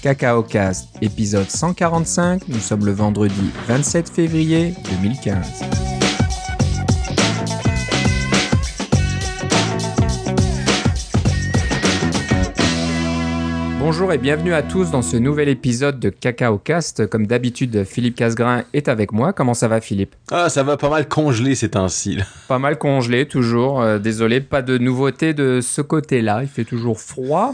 CacaoCast, épisode 145, nous sommes le vendredi 27 février 2015. Bonjour et bienvenue à tous dans ce nouvel épisode de CacaoCast. Comme d'habitude, Philippe Casgrain est avec moi. Comment ça va, Philippe ? Ah, ça va pas mal congelé ces temps-ci. Là. Pas mal congelé, toujours. Désolé, pas de nouveauté de ce côté-là. Il fait toujours froid.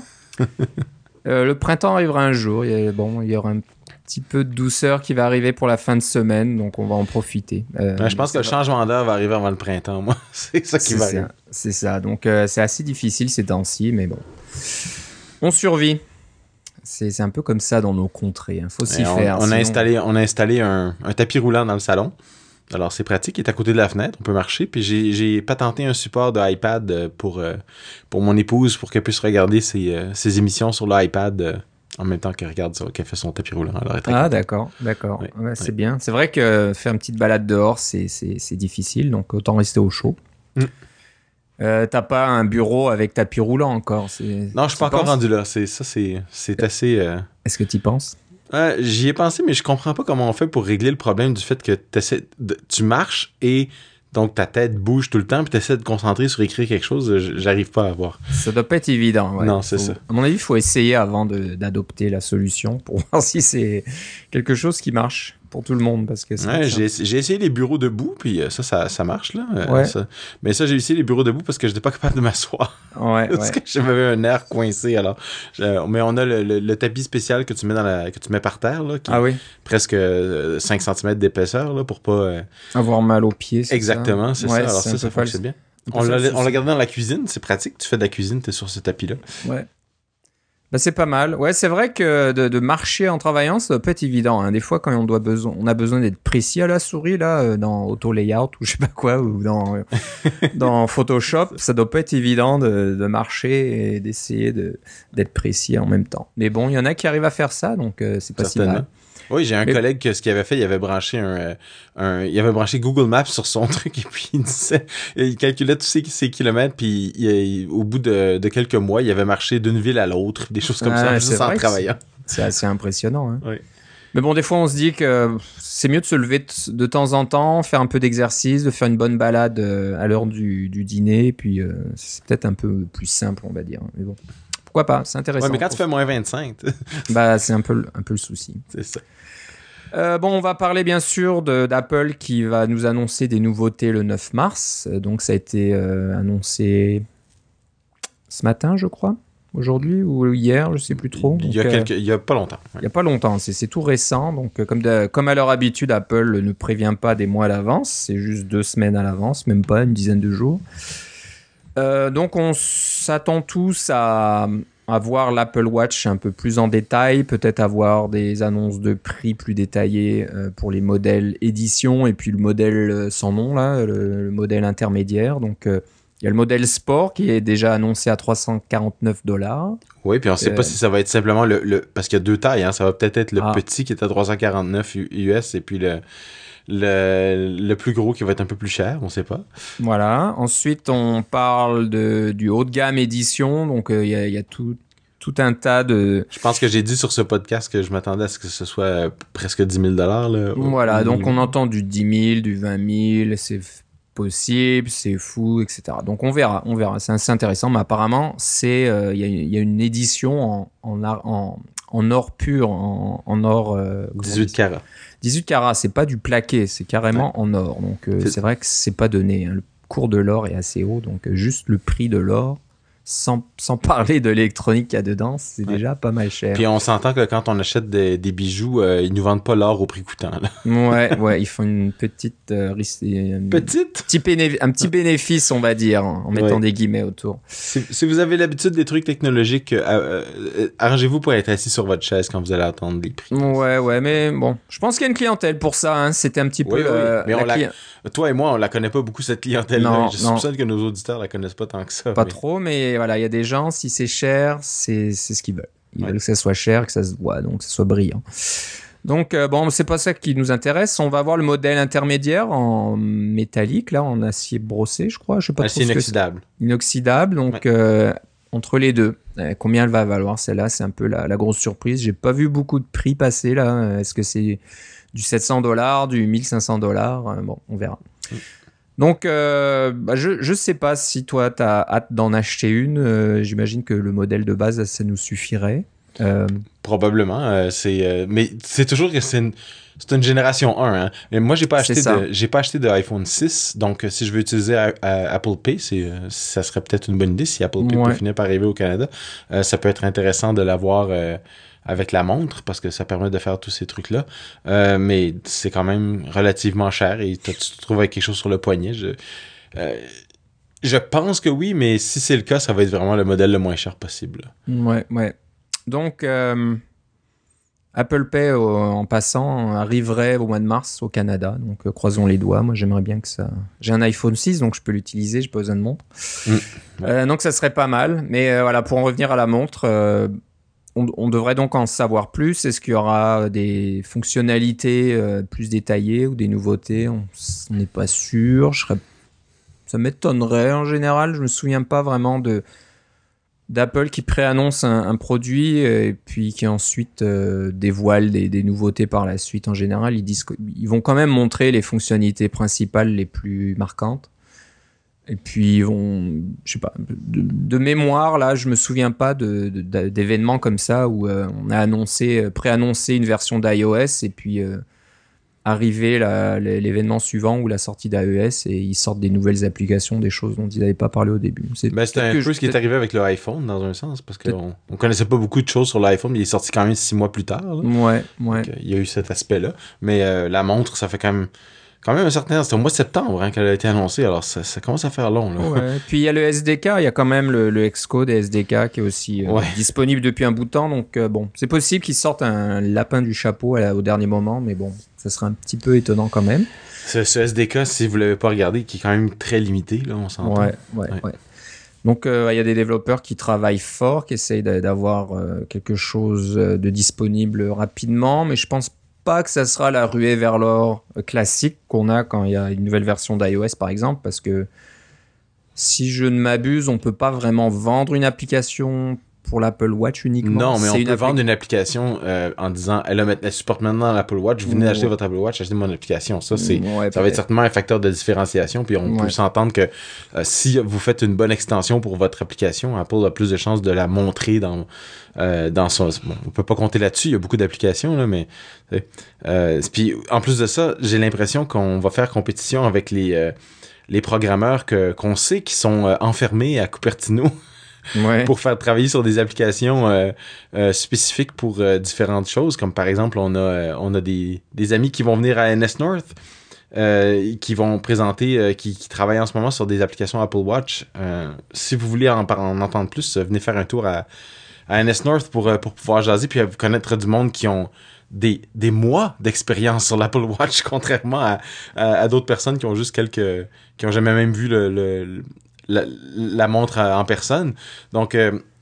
Le printemps arrivera un jour. Il y aura un petit peu de douceur qui va arriver pour la fin de semaine, donc on va en profiter. Je pense que le changement d'heure va arriver avant le printemps, moi. C'est ça qui va arriver. C'est ça. Donc c'est assez difficile ces temps-ci, mais bon. On survit. C'est un peu comme ça dans nos contrées. Il faut s'y faire. On a installé un tapis roulant dans le salon. Alors, c'est pratique. Il est à côté de la fenêtre. On peut marcher. Puis, j'ai patenté un support de iPad pour mon épouse pour qu'elle puisse regarder ses émissions sur l'iPad en même temps qu'elle fait son tapis roulant. Alors, d'accord. Ouais, c'est bien. C'est vrai que faire une petite balade dehors, c'est difficile. Donc, autant rester au chaud. T'as pas un bureau avec tapis roulant encore? Non, je suis pas encore rendu là. C'est assez... Est-ce que tu y penses? J'y ai pensé, mais je comprends pas comment on fait pour régler le problème du fait que tu marches et donc ta tête bouge tout le temps puis tu essaies de te concentrer sur écrire quelque chose. J'arrive pas à voir. Ça doit pas être évident. Ouais. Non, c'est ça. À mon avis, il faut essayer avant d'adopter la solution pour voir si c'est quelque chose qui marche pour tout le monde. Parce que j'ai essayé les bureaux debout, puis ça marche. Là. Ouais. Mais j'ai essayé les bureaux debout parce que je n'étais pas capable de m'asseoir. Parce que j'avais un nerf coincé. Alors. Mais on a le tapis spécial que tu mets par terre, là, qui est presque 5 cm d'épaisseur là, pour pas... avoir mal aux pieds, c'est exactement, ça? C'est ça. Alors ça fonctionne bien. On l'a gardé dans la cuisine, c'est pratique. Tu fais de la cuisine, tu es sur ce tapis-là. Ouais. Bah, c'est pas mal. Ouais, c'est vrai que de marcher en travaillant, ça doit pas être évident. Hein. Des fois, quand on a besoin d'être précis à la souris, là, dans Auto Layout ou je sais pas quoi, ou dans Photoshop, ça doit pas être évident de marcher et d'essayer d'être précis en même temps. Mais bon, il y en a qui arrivent à faire ça, donc c'est pas certainement. si mal. Oui, j'ai un collègue que ce qu'il avait fait, il avait branché il avait branché Google Maps sur son truc et puis il calculait tous ses kilomètres puis au bout de quelques mois, il avait marché d'une ville à l'autre, des choses comme ça, juste en travaillant. C'est assez impressionnant. Hein. Oui. Mais bon, des fois, on se dit que c'est mieux de se lever de temps en temps, faire un peu d'exercice, de faire une bonne balade à l'heure du dîner, puis c'est peut-être un peu plus simple, on va dire. Mais bon, pourquoi pas, c'est intéressant. Ouais, mais quand tu fais moins 25... bah, c'est un peu le souci. C'est ça. On va parler bien sûr d'Apple qui va nous annoncer des nouveautés le 9 mars. Donc ça a été annoncé ce matin, je crois, aujourd'hui ou hier, je sais plus trop. Donc, il y a pas longtemps. Ouais. Il y a pas longtemps, c'est tout récent. Donc comme à leur habitude, Apple ne prévient pas des mois à l'avance, c'est juste 2 semaines à l'avance, même pas une dizaine de jours. Donc on s'attend tous à voir l'Apple Watch un peu plus en détail, peut-être avoir des annonces de prix plus détaillées pour les modèles édition et puis le modèle sans nom, là, le modèle intermédiaire. Donc, il y a le modèle sport qui est déjà annoncé à $349. Oui, puis on ne sait pas si ça va être simplement parce qu'il y a 2 tailles. Hein, ça va peut-être être le petit qui est à 349 US et puis le plus gros qui va être un peu plus cher, on ne sait pas. Voilà. Ensuite, on parle du haut de gamme édition. Donc, il y a tout un tas de... Je pense que j'ai dit sur ce podcast que je m'attendais à ce que ce soit presque 10 000 $. Là, voilà. Donc, on entend du 10 000, du 20 000. C'est possible, c'est fou, etc. Donc, on verra. C'est assez intéressant. Mais apparemment, il y a une édition en or pur, en or... 18 carats. 18 carats, c'est pas du plaqué, c'est carrément en or. Donc, c'est vrai que c'est pas donné. Hein. Le cours de l'or est assez haut, donc juste le prix de l'or, sans parler de l'électronique qu'il y a dedans, c'est déjà pas mal cher. Puis on s'entend que quand on achète des bijoux, ils nous vendent pas l'or au prix coûtant. Là. Ouais, ils font une petite... un petit bénéfice, on va dire, en mettant des guillemets autour. Si vous avez l'habitude des trucs technologiques, arrangez-vous pour être assis sur votre chaise quand vous allez attendre les prix. Ouais, mais bon, je pense qu'il y a une clientèle pour ça. Hein. C'était un petit peu... mais toi et moi, on la connaît pas beaucoup, cette clientèle-là. Je soupçonne que nos auditeurs la connaissent pas tant que ça. Pas trop, mais voilà, il y a des gens, si c'est cher, c'est ce qu'ils veulent. Ils veulent que ça soit cher, que ça se voit, donc que ça soit brillant. Donc, c'est pas ça qui nous intéresse. On va voir le modèle intermédiaire en métallique, là, en acier brossé, je crois. Je sais pas acier trop inoxydable. Inoxydable, donc entre les deux. Combien elle va valoir celle-là, c'est un peu la grosse surprise. J'ai pas vu beaucoup de prix passer là. Est-ce que c'est du $700, du $1,500? Bon, on verra. Donc, je sais pas si toi t'as hâte d'en acheter une. J'imagine que le modèle de base, ça nous suffirait. Probablement. Mais c'est toujours que c'est une génération 1. Hein. Mais moi, j'ai pas acheté de iPhone 6. Donc, si je veux utiliser Apple Pay, ça serait peut-être une bonne idée si Apple Pay peut finir par arriver au Canada. Ça peut être intéressant de l'avoir avec la montre parce que ça permet de faire tous ces trucs-là. Mais c'est quand même relativement cher et tu te trouves avec quelque chose sur le poignet. Je pense que oui, mais si c'est le cas, ça va être vraiment le modèle le moins cher possible. Ouais. Donc, Apple Pay, en passant, arriverait au mois de mars au Canada. Donc, croisons les doigts. Moi, j'aimerais bien que ça... J'ai un iPhone 6, donc je peux l'utiliser. J'ai pas besoin de montre. Donc, ça serait pas mal. Mais voilà, pour en revenir à la montre, on devrait donc en savoir plus. Est-ce qu'il y aura des fonctionnalités plus détaillées ou des nouveautés? On n'est pas sûr. Ça m'étonnerait en général. Je me souviens pas vraiment d'Apple qui préannonce un produit et puis qui ensuite dévoile des nouveautés par la suite. En général, ils vont quand même montrer les fonctionnalités principales les plus marquantes. Et puis ils vont, je sais pas, de mémoire là, je me souviens pas d'événements comme ça où on a préannoncé une version d'iOS et puis arrivé l'événement suivant ou la sortie d'iOS et ils sortent des nouvelles applications, des choses dont ils n'avaient pas parlé au début. C'était un peu ce qui est arrivé avec le iPhone dans un sens, parce qu'on connaissait pas beaucoup de choses sur l'iPhone, mais il est sorti quand même 6 mois plus tard. Là. Ouais. Donc, il y a eu cet aspect-là. Mais la montre, ça fait quand même un certain temps. C'était au mois de septembre qu'elle a été annoncée, alors ça commence à faire long. Là. Ouais. Puis il y a le SDK, il y a quand même le Xcode et SDK qui est aussi disponible depuis un bout de temps. Donc bon, c'est possible qu'ils sortent un lapin du chapeau au dernier moment, mais bon, ça serait un petit peu étonnant quand même. Ce SDK, si vous l'avez pas regardé, qui est quand même très limité, là, on s'entend. Ouais. Donc il y a des développeurs qui travaillent fort, qui essayent d'avoir quelque chose de disponible rapidement, mais je pense pas que ça sera la ruée vers l'or classique qu'on a quand il y a une nouvelle version d'iOS par exemple, parce que si je ne m'abuse, on peut pas vraiment vendre une application pour l'Apple Watch uniquement. Non, mais on peut vendre une application en disant elle supporte maintenant l'Apple Watch, vous venez d'acheter votre Apple Watch, achetez mon application. Ça va être certainement un facteur de différenciation, puis on peut s'entendre que si vous faites une bonne extension pour votre application, Apple a plus de chances de la montrer dans son... Bon, on peut pas compter là-dessus, il y a beaucoup d'applications, là, mais... puis en plus de ça, j'ai l'impression qu'on va faire compétition avec les programmeurs qu'on sait qui sont enfermés à Cupertino. Pour faire travailler sur des applications spécifiques pour différentes choses, comme par exemple on a des amis qui vont venir à NS North qui vont présenter qui travaillent en ce moment sur des applications Apple Watch. Si vous voulez en entendre plus, venez faire un tour à NS North pour pouvoir jaser puis connaître du monde qui ont des mois d'expérience sur l'Apple Watch, contrairement à d'autres personnes qui ont juste qui ont jamais même vu la montre en personne. Donc,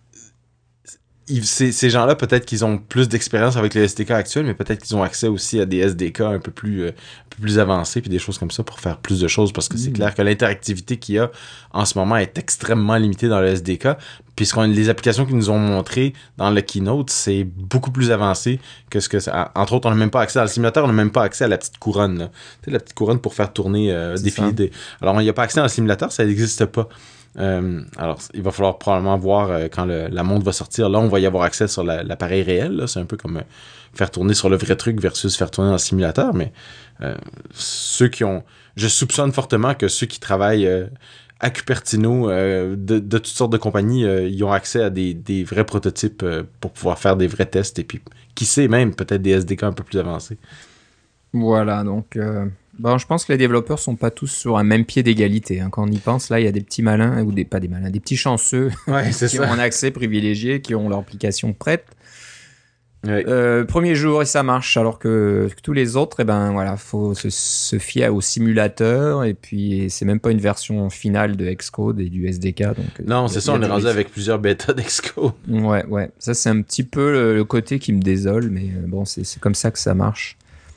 ces gens-là, peut-être qu'ils ont plus d'expérience avec les SDK actuels, mais peut-être qu'ils ont accès aussi à des SDK un peu plus avancés, puis des choses comme ça pour faire plus de choses, parce que c'est clair que l'interactivité qu'il y a en ce moment est extrêmement limitée dans le SDK, puisqu'on les applications qu'ils nous ont montrées dans le Keynote, c'est beaucoup plus avancé que ce que ça... Entre autres, on n'a même pas accès à le simulateur, on n'a même pas accès à la petite couronne, là. Tu sais, la petite couronne pour faire tourner défiler Alors, on n'y a pas accès dans le simulateur, ça n'existe pas. Alors, il va falloir probablement voir quand la montre va sortir. Là, on va y avoir accès sur l'appareil réel. Là. C'est un peu comme faire tourner sur le vrai truc versus faire tourner dans le simulateur. Mais ceux qui ont... Je soupçonne fortement que ceux qui travaillent à Cupertino, de toutes sortes de compagnies, ils ont accès à des vrais prototypes pour pouvoir faire des vrais tests. Et puis, qui sait, même peut-être des SDK un peu plus avancés. Voilà, donc... Bon, je pense que les développeurs sont pas tous sur un même pied d'égalité. Hein. Quand on y pense, là, il y a des petits malins, ou pas des malins, des petits chanceux qui ont un accès privilégié, qui ont leur application prête. Oui. Premier jour, et ça marche, alors que tous les autres, faut se fier au simulateur, et puis c'est même pas une version finale de Xcode et du SDK. Donc, non, c'est ça, on est rendu avec plusieurs bêtas d'Xcode. Ouais. Ça, c'est un petit peu le côté qui me désole, mais bon, c'est comme ça que ça marche.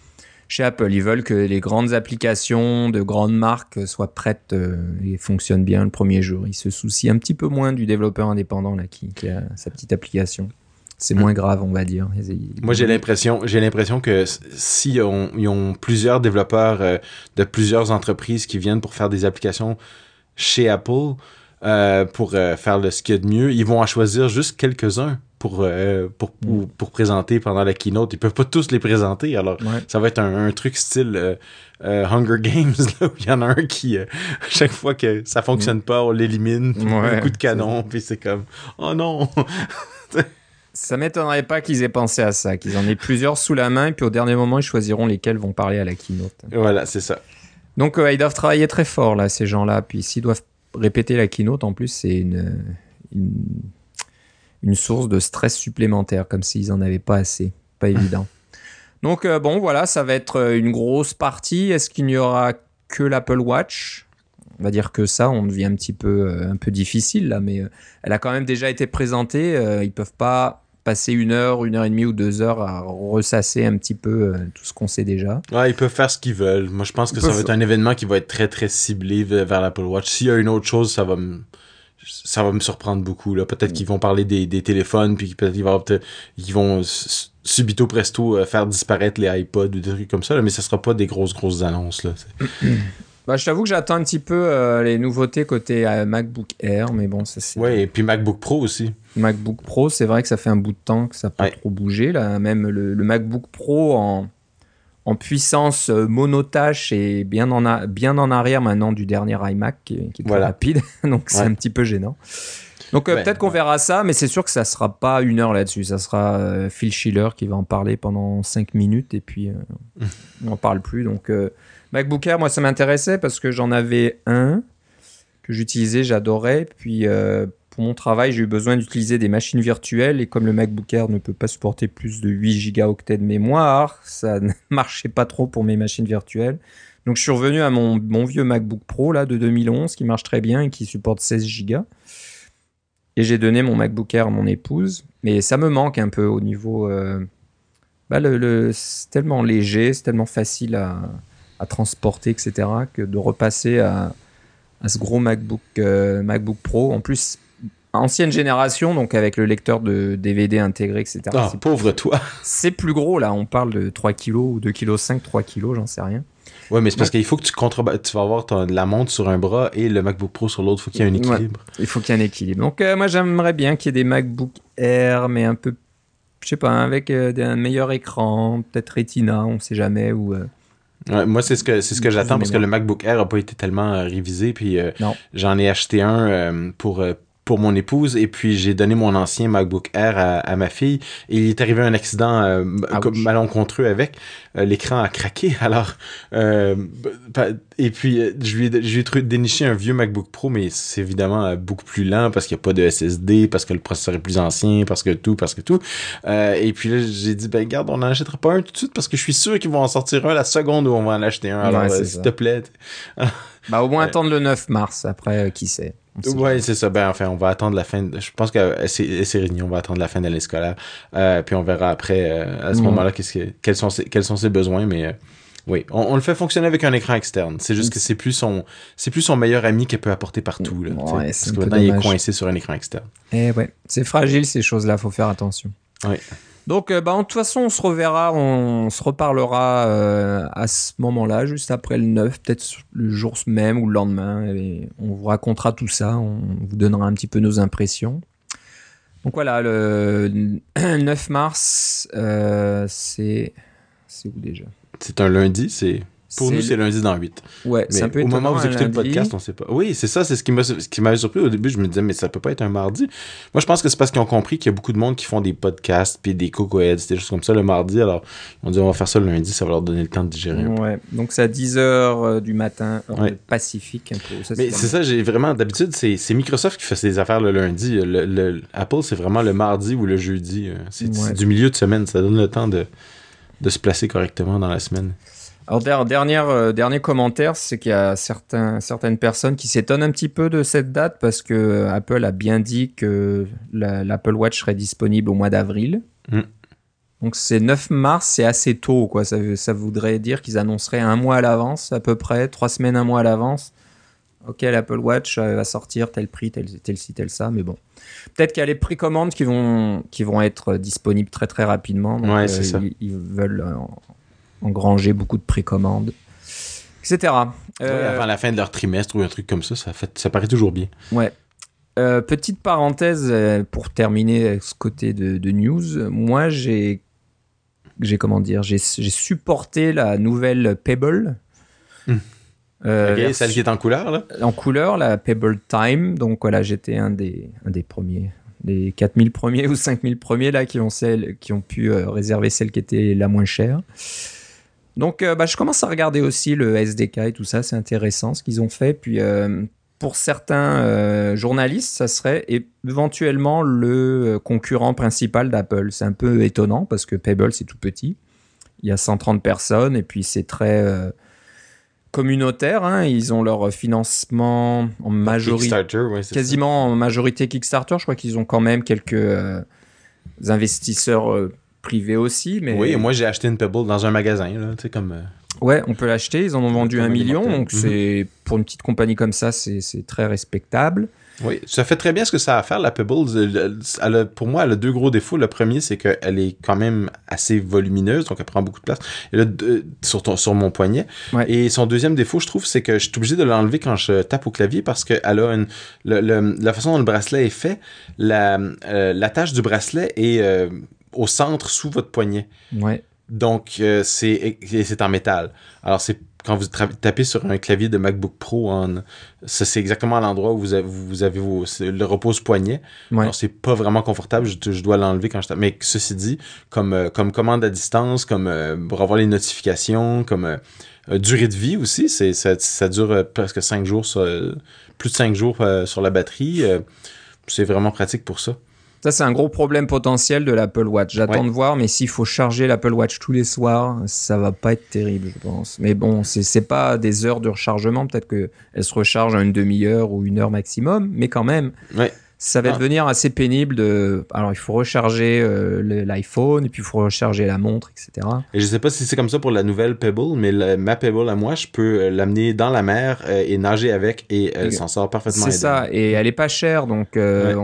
chez Apple. Ils veulent que les grandes applications de grandes marques soient prêtes et fonctionnent bien le premier jour. Ils se soucient un petit peu moins du développeur indépendant là, qui a sa petite application. C'est moins grave, on va dire. Moi, j'ai l'impression que s'ils ont plusieurs développeurs de plusieurs entreprises qui viennent pour faire des applications chez Apple, pour faire ce qu'il y a de mieux, ils vont en choisir juste quelques-uns pour présenter pendant la keynote. Ils peuvent pas tous les présenter, alors ça va être un truc style Hunger Games, là, où il y en a un qui, chaque fois que ça fonctionne pas, on l'élimine, un coup de canon, puis c'est comme « Oh non! » Ça m'étonnerait pas qu'ils aient pensé à ça, qu'ils en aient plusieurs sous la main, et puis au dernier moment, ils choisiront lesquels vont parler à la keynote. Voilà, c'est ça. Donc, ils doivent travailler très fort, là, ces gens-là. Puis s'ils doivent répéter la keynote, en plus, c'est une source de stress supplémentaire, comme s'ils en avaient pas assez. Pas évident. Donc, bon, voilà, ça va être une grosse partie. Est-ce qu'il n'y aura que l'Apple Watch ? On va dire que ça, on devient un peu difficile, là, mais elle a quand même déjà été présentée. Ils peuvent pas passer 1 heure, 1 heure et demie ou 2 heures à ressasser un petit peu tout ce qu'on sait déjà. Ouais, ils peuvent faire ce qu'ils veulent. Moi, je pense que ça va être un événement qui va être très, très ciblé vers l'Apple Watch. S'il y a une autre chose, ça va me surprendre beaucoup, là. Peut-être qu'ils vont parler des téléphones, puis peut-être qu'ils vont subito presto faire disparaître les iPods ou des trucs comme ça, là, mais ça sera pas des grosses annonces, là. Bah, je t'avoue que j'attends un petit peu les nouveautés côté MacBook Air, mais bon, ça c'est... Ouais, et puis MacBook Pro aussi. MacBook Pro, c'est vrai que ça fait un bout de temps que ça n'a pas trop bougé, là. Même le MacBook Pro en puissance monotâche et bien en arrière maintenant du dernier iMac qui est plus rapide, donc c'est un petit peu gênant. Donc peut-être qu'on verra ça, mais c'est sûr que ça sera pas 1 heure là-dessus. Ça sera Phil Schiller qui va en parler pendant 5 minutes et puis on n'en parle plus. Donc MacBook Air, moi ça m'intéressait parce que j'en avais un que j'utilisais, j'adorais. Puis pour mon travail, j'ai eu besoin d'utiliser des machines virtuelles et comme le MacBook Air ne peut pas supporter plus de 8 gigaoctets de mémoire, ça ne marchait pas trop pour mes machines virtuelles. Donc je suis revenu à mon vieux MacBook Pro là, de 2011 qui marche très bien et qui supporte 16 gigas. Et j'ai donné mon MacBook Air à mon épouse. Mais ça me manque un peu au niveau... c'est tellement léger, c'est tellement facile à transporter, etc. que de repasser à ce gros MacBook Pro. En plus, ancienne génération, donc avec le lecteur de DVD intégré, etc. Ah, pauvre toi! C'est plus gros, là. On parle de 3 kg ou 2,5 kg, 3 kg, j'en sais rien. Ouais, mais c'est parce qu'il faut que tu vas avoir la montre sur un bras et le MacBook Pro sur l'autre. Il faut qu'il y ait un équilibre. Ouais, il faut qu'il y ait un équilibre. Donc, moi, j'aimerais bien qu'il y ait des MacBook Air, mais un peu, je sais pas, avec un meilleur écran, peut-être Retina, on sait jamais. Ou, ouais, moi, c'est ce que j'attends parce que le MacBook Air n'a pas été tellement révisé. Puis j'en ai acheté un pour mon épouse et puis j'ai donné mon ancien MacBook Air à ma fille et il est arrivé un accident malencontreux avec l'écran a craqué alors et puis je lui ai déniché un vieux MacBook Pro mais c'est évidemment beaucoup plus lent parce qu'il n'y a pas de SSD, parce que le processeur est plus ancien, parce que tout et puis là j'ai dit ben regarde, on n'en achètera pas un tout de suite parce que je suis sûr qu'ils vont en sortir un la seconde où on va en acheter un, alors s'il te plaît. Au moins attendre le 9 mars, après qui sait. Ouais, c'est ça. Ben, enfin, on va attendre la fin. Je pense que c'est réuni. On va attendre la fin de l'année scolaire. Puis on verra après, à ce moment-là, quels sont ses besoins. Mais oui, on le fait fonctionner avec un écran externe. C'est juste que c'est plus son meilleur ami qu'elle peut apporter partout. Là, parce que maintenant, il est coincé sur un écran externe. Ouais, c'est fragile ces choses-là. Faut faire attention. Oui. Donc, de toute façon, on se reverra, on se reparlera à ce moment-là, juste après le 9, peut-être le jour même ou le lendemain. Et on vous racontera tout ça, on vous donnera un petit peu nos impressions. Donc voilà, le 9 mars, c'est où déjà ? C'est un lundi, Pour nous, c'est lundi dans 8. Ouais, mais c'est un peu au moment où vous écoutez le lundi. podcast, on sait pas. Oui, c'est ça, c'est ce qui m'avait surpris au début. Je me disais, mais ça peut pas être un mardi. Moi, je pense que c'est parce qu'ils ont compris qu'il y a beaucoup de monde qui font des podcasts puis des coco-heads, des choses comme ça le mardi. Alors, on dit, on va faire ça le lundi, ça va leur donner le temps de digérer. Ouais, donc c'est à 10h du matin, heure Pacifique. Un peu. Ça, mais c'est ça, j'ai vraiment, d'habitude, c'est Microsoft qui fait ses affaires le lundi. Apple, c'est vraiment le mardi ou le jeudi. C'est du milieu de semaine. Ça donne le temps de se placer correctement dans la semaine. Alors, dernier commentaire, c'est qu'il y a certaines personnes qui s'étonnent un petit peu de cette date parce que Apple a bien dit que l'Apple Watch serait disponible au mois d'avril. Donc c'est 9 mars, c'est assez tôt, quoi. Ça voudrait dire qu'ils annonceraient un mois à l'avance, à peu près, 3 semaines, un mois à l'avance. Ok, l'Apple Watch va sortir tel prix, tel ci, tel ça, mais bon. Peut-être qu'il y a les précommandes qui vont être disponibles très très rapidement. Donc, ouais, c'est ça. Ils veulent engranger beaucoup de précommandes, etc. Ouais, avant la fin de leur trimestre ou un truc comme ça, ça paraît toujours bien. Ouais. Petite parenthèse pour terminer ce côté de news. Moi, j'ai supporté la nouvelle Pebble. Celle qui est en couleur, là. En couleur, la Pebble Time. Donc voilà, j'étais un des premiers. Les 4000 premiers ou 5000 premiers là, qui ont pu réserver celle qui était la moins chère. Donc je commence à regarder aussi le SDK et tout ça. C'est intéressant ce qu'ils ont fait. Puis pour certains journalistes, ça serait éventuellement le concurrent principal d'Apple. C'est un peu étonnant parce que Pebble, c'est tout petit. Il y a 130 personnes et puis c'est très communautaire. Hein. Ils ont leur financement en majorité, quasiment en majorité Kickstarter. Je crois qu'ils ont quand même quelques investisseurs privés aussi. Mais... Oui, moi j'ai acheté une Pebble dans un magasin. Là, comme, ouais, on peut l'acheter. Ils en ont vendu 1 million. Donc c'est, pour une petite compagnie comme ça, c'est très respectable. Oui, ça fait très bien ce que ça a à faire, la Pebble. Pour moi, elle a 2 gros défauts. Le premier, c'est qu'elle est quand même assez volumineuse, donc elle prend beaucoup de place sur mon poignet. Ouais. Et son deuxième défaut, je trouve, c'est que je suis obligé de l'enlever quand je tape au clavier parce qu'elle a la façon dont le bracelet est fait, l'attache du bracelet est au centre sous votre poignet. Ouais. Donc, c'est en métal. Alors, quand vous tapez sur un clavier de MacBook Pro, c'est exactement à l'endroit où vous avez le repose-poignet. Ouais. Alors, c'est pas vraiment confortable. Je dois l'enlever quand je tape. Mais ceci dit, comme commande à distance, comme pour avoir les notifications, comme durée de vie aussi, ça dure presque 5 jours, plus de 5 jours sur la batterie. C'est vraiment pratique pour ça. Ça, c'est un gros problème potentiel de l'Apple Watch. J'attends de voir, mais s'il faut charger l'Apple Watch tous les soirs, ça va pas être terrible, je pense. Mais bon, c'est pas des heures de rechargement. Peut-être qu'elle se recharge en une demi-heure ou 1 heure maximum, mais quand même, ça va devenir assez pénible. Alors, il faut recharger l'iPhone, et puis il faut recharger la montre, etc. Et je sais pas si c'est comme ça pour la nouvelle Pebble, mais ma Pebble à moi, je peux l'amener dans la mer et nager avec, et elle s'en sort parfaitement. C'est ça, et elle est pas chère, donc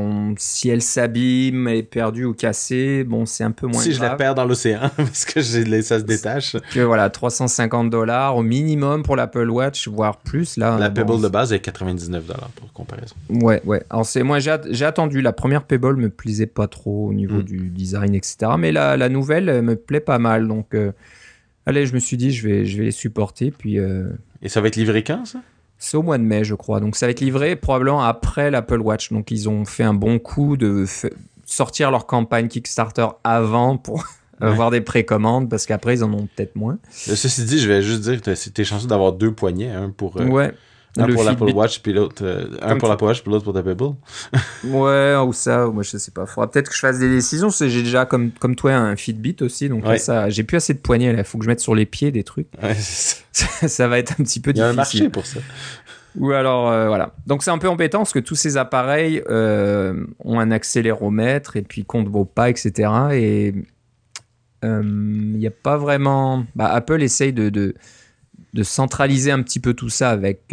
si elle s'abîme, elle est perdue ou cassée, bon, c'est un peu moins grave. Si je la perds dans l'océan, parce que ça se détache. Que voilà, $350 au minimum pour l'Apple Watch, voire plus. Là, la Pebble de base est $99 pour comparaison. Ouais. Alors moi, j'ai attendu. La première Pebble me plaisait pas trop au niveau du design, etc. Mais la nouvelle me plaît pas mal. Donc, allez, je me suis dit, je vais les supporter. Puis, et ça va être livré quand, ça? C'est au mois de mai, je crois. Donc, ça va être livré probablement après l'Apple Watch. Donc, ils ont fait un bon coup de sortir leur campagne Kickstarter avant pour avoir des précommandes, parce qu'après, ils en ont peut-être moins. Ceci dit, je vais juste dire que t'es chanceux d'avoir 2 poignets, pour... Un pour l'Apple Watch, puis l'autre... un pour l'Apple Watch, puis l'autre pour ta Pebble. Ouais, ou ça, moi je sais pas. Faudra peut-être que je fasse des décisions, parce que j'ai déjà, comme toi, un Fitbit aussi, donc là, ça, j'ai plus assez de poignets, là. Faut que je mette sur les pieds des trucs. Ouais, ça va être un petit peu difficile. Il y a un marché pour ça. Ou alors, voilà. Donc c'est un peu embêtant, parce que tous ces appareils ont un accéléromètre, et puis comptent vos pas, etc. Et il n'y a pas vraiment... Apple essaye de centraliser un petit peu tout ça avec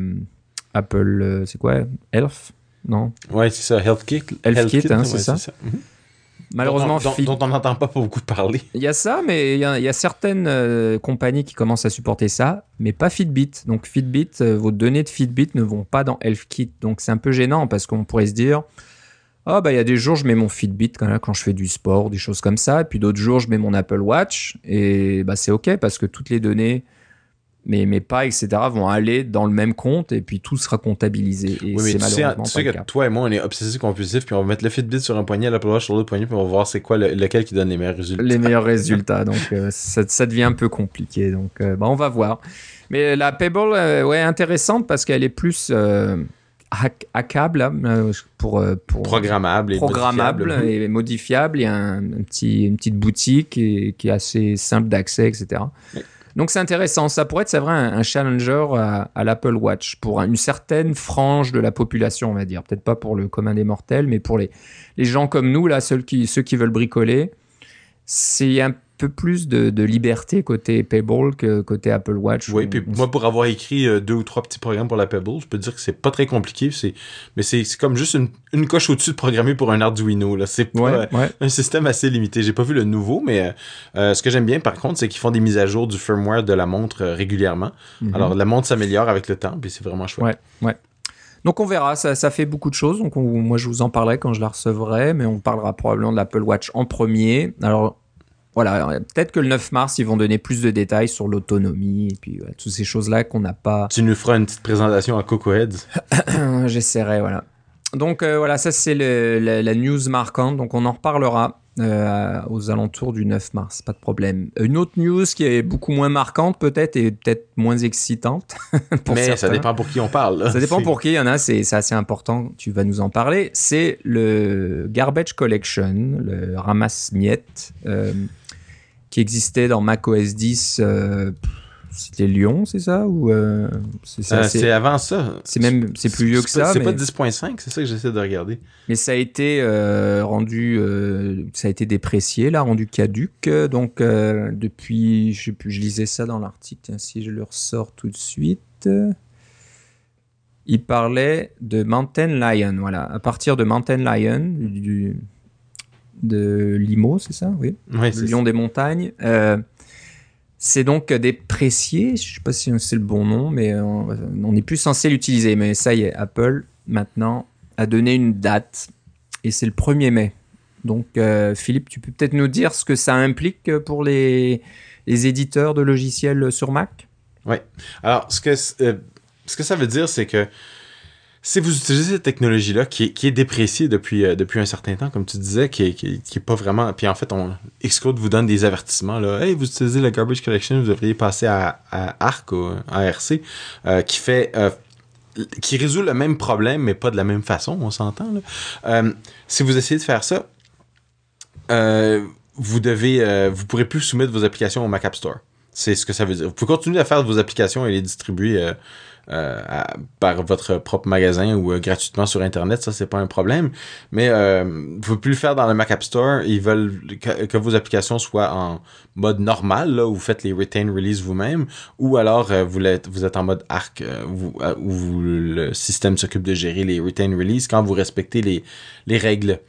Apple, c'est quoi, Health, non? Ouais, c'est ça, HealthKit, hein, c'est ça. Malheureusement, dont on n'entend pas beaucoup parler. Il y a ça, mais il y a certaines compagnies qui commencent à supporter ça, mais pas Fitbit. Donc Fitbit, vos données de Fitbit ne vont pas dans HealthKit. Donc c'est un peu gênant, parce qu'on pourrait se dire, il y a des jours, je mets mon Fitbit quand je fais du sport, des choses comme ça, et puis d'autres jours, je mets mon Apple Watch, et c'est OK, parce que toutes les données, mes pas, etc., vont aller dans le même compte, et puis tout sera comptabilisé. Et oui, mais c'est malheureusement tu sais que toi et moi, on est obsessifs compulsifs, puis on va mettre le Fitbit sur un poignet, l'Apple Watch sur l'autre poignet, puis on va voir c'est quoi lequel qui donne les meilleurs résultats. Les meilleurs résultats, donc ça devient un peu compliqué. Donc on va voir. Mais la Pebble, intéressante, parce qu'elle est plus hackable, pour programmable et modifiable. Il y a une petite boutique qui est assez simple d'accès, etc. Oui. Donc c'est intéressant, ça pourrait être, c'est vrai, un challenger à l'Apple Watch pour une certaine frange de la population, on va dire. Peut-être pas pour le commun des mortels, mais pour les gens comme nous, là, ceux qui veulent bricoler. C'est un peu plus de liberté côté Pebble que côté Apple Watch. Oui, puis moi, pour avoir écrit 2 ou 3 petits programmes pour la Pebble, je peux dire que c'est pas très compliqué. Mais c'est comme juste une coche au-dessus de programmer pour un Arduino. Là. C'est pas un système assez limité. J'ai pas vu le nouveau, mais ce que j'aime bien, par contre, c'est qu'ils font des mises à jour du firmware de la montre régulièrement. Mm-hmm. Alors, la montre s'améliore avec le temps, puis c'est vraiment chouette. Ouais. Donc, on verra. Ça fait beaucoup de choses. Donc, moi, je vous en parlerai quand je la recevrai, mais on parlera probablement de l'Apple Watch en premier. Alors, voilà, peut-être que le 9 mars, ils vont donner plus de détails sur l'autonomie et puis toutes ces choses-là qu'on n'a pas. Tu nous feras une petite présentation à Coco Heads. J'essaierai, voilà. Donc, voilà, ça, c'est la news marquante. Donc, on en reparlera aux alentours du 9 mars, pas de problème. Une autre news qui est beaucoup moins marquante, peut-être, et peut-être moins excitante. Mais certains. Ça dépend pour qui on parle. Là. Ça dépend pour qui. Il y en a, c'est assez important. Tu vas nous en parler. C'est le Garbage Collection, le ramasse-miettes. Qui existait dans macOS 10, c'était Lyon, c'est ça ou c'est avant ça. C'est plus vieux que ça. C'est pas 10.5, c'est ça que j'essaie de regarder. Mais ça a été rendu, ça a été déprécié, là, rendu caduc. Donc depuis, je sais plus, je lisais ça dans l'article. Si je le ressors tout de suite, il parlait de Mountain Lion. Voilà, à partir de Mountain Lion de Limo, c'est ça? Oui, le lion des montagnes. C'est donc déprécié, je ne sais pas si c'est le bon nom, mais on n'est plus censé l'utiliser. Mais ça y est, Apple, maintenant, a donné une date, et c'est le 1er mai. Donc, Philippe, tu peux peut-être nous dire ce que ça implique pour les éditeurs de logiciels sur Mac? Oui. Alors, ce que ça veut dire, c'est que si vous utilisez cette technologie-là, qui est dépréciée depuis un certain temps, comme tu disais, qui est pas vraiment... Puis en fait, Xcode vous donne des avertissements. Là. Hey, vous utilisez la Garbage Collection, vous devriez passer à ARC, ou ARC, qui résout le même problème, mais pas de la même façon, on s'entend. Là. Si vous essayez de faire ça, vous pourrez plus soumettre vos applications au Mac App Store. C'est ce que ça veut dire. Vous pouvez continuer à faire vos applications et les distribuer par votre propre magasin ou gratuitement sur Internet, ça, c'est pas un problème. Mais vous pouvez plus le faire dans le Mac App Store. Ils veulent que vos applications soient en mode normal, là, où vous faites les retain release vous-même, ou alors vous êtes en mode ARC, où le système s'occupe de gérer les retain release quand vous respectez les règles.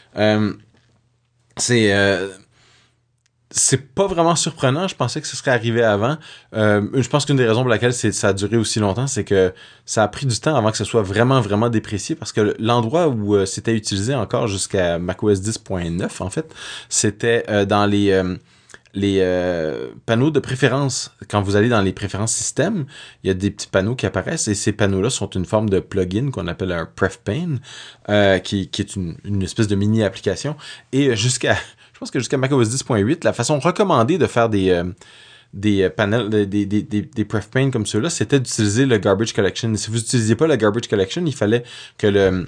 C'est pas vraiment surprenant. Je pensais que ce serait arrivé avant. Je pense qu'une des raisons pour laquelle ça a duré aussi longtemps, c'est que ça a pris du temps avant que ce soit vraiment, vraiment déprécié, parce que l'endroit où c'était utilisé encore jusqu'à macOS 10.9, en fait, c'était dans les panneaux de préférence. Quand vous allez dans les préférences système, il y a des petits panneaux qui apparaissent, et ces panneaux-là sont une forme de plugin qu'on appelle un prefpane, qui est une espèce de mini-application. Et je pense que jusqu'à macOS 10.8, la façon recommandée de faire des panels, des prefpane comme ceux-là, c'était d'utiliser le Garbage Collection. Si vous n'utilisiez pas le Garbage Collection, il fallait que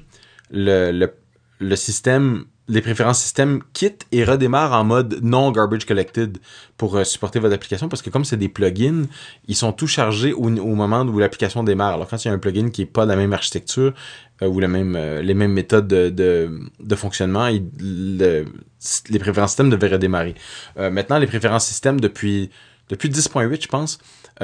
le système, les préférences système quittent et redémarrent en mode non Garbage Collected pour supporter votre application, parce que comme c'est des plugins, ils sont tous chargés au moment où l'application démarre. Alors quand il y a un plugin qui n'est pas de la même architecture ou les mêmes méthodes de fonctionnement, les préférences système devraient redémarrer. Maintenant, les préférences système depuis 10.8, je pense,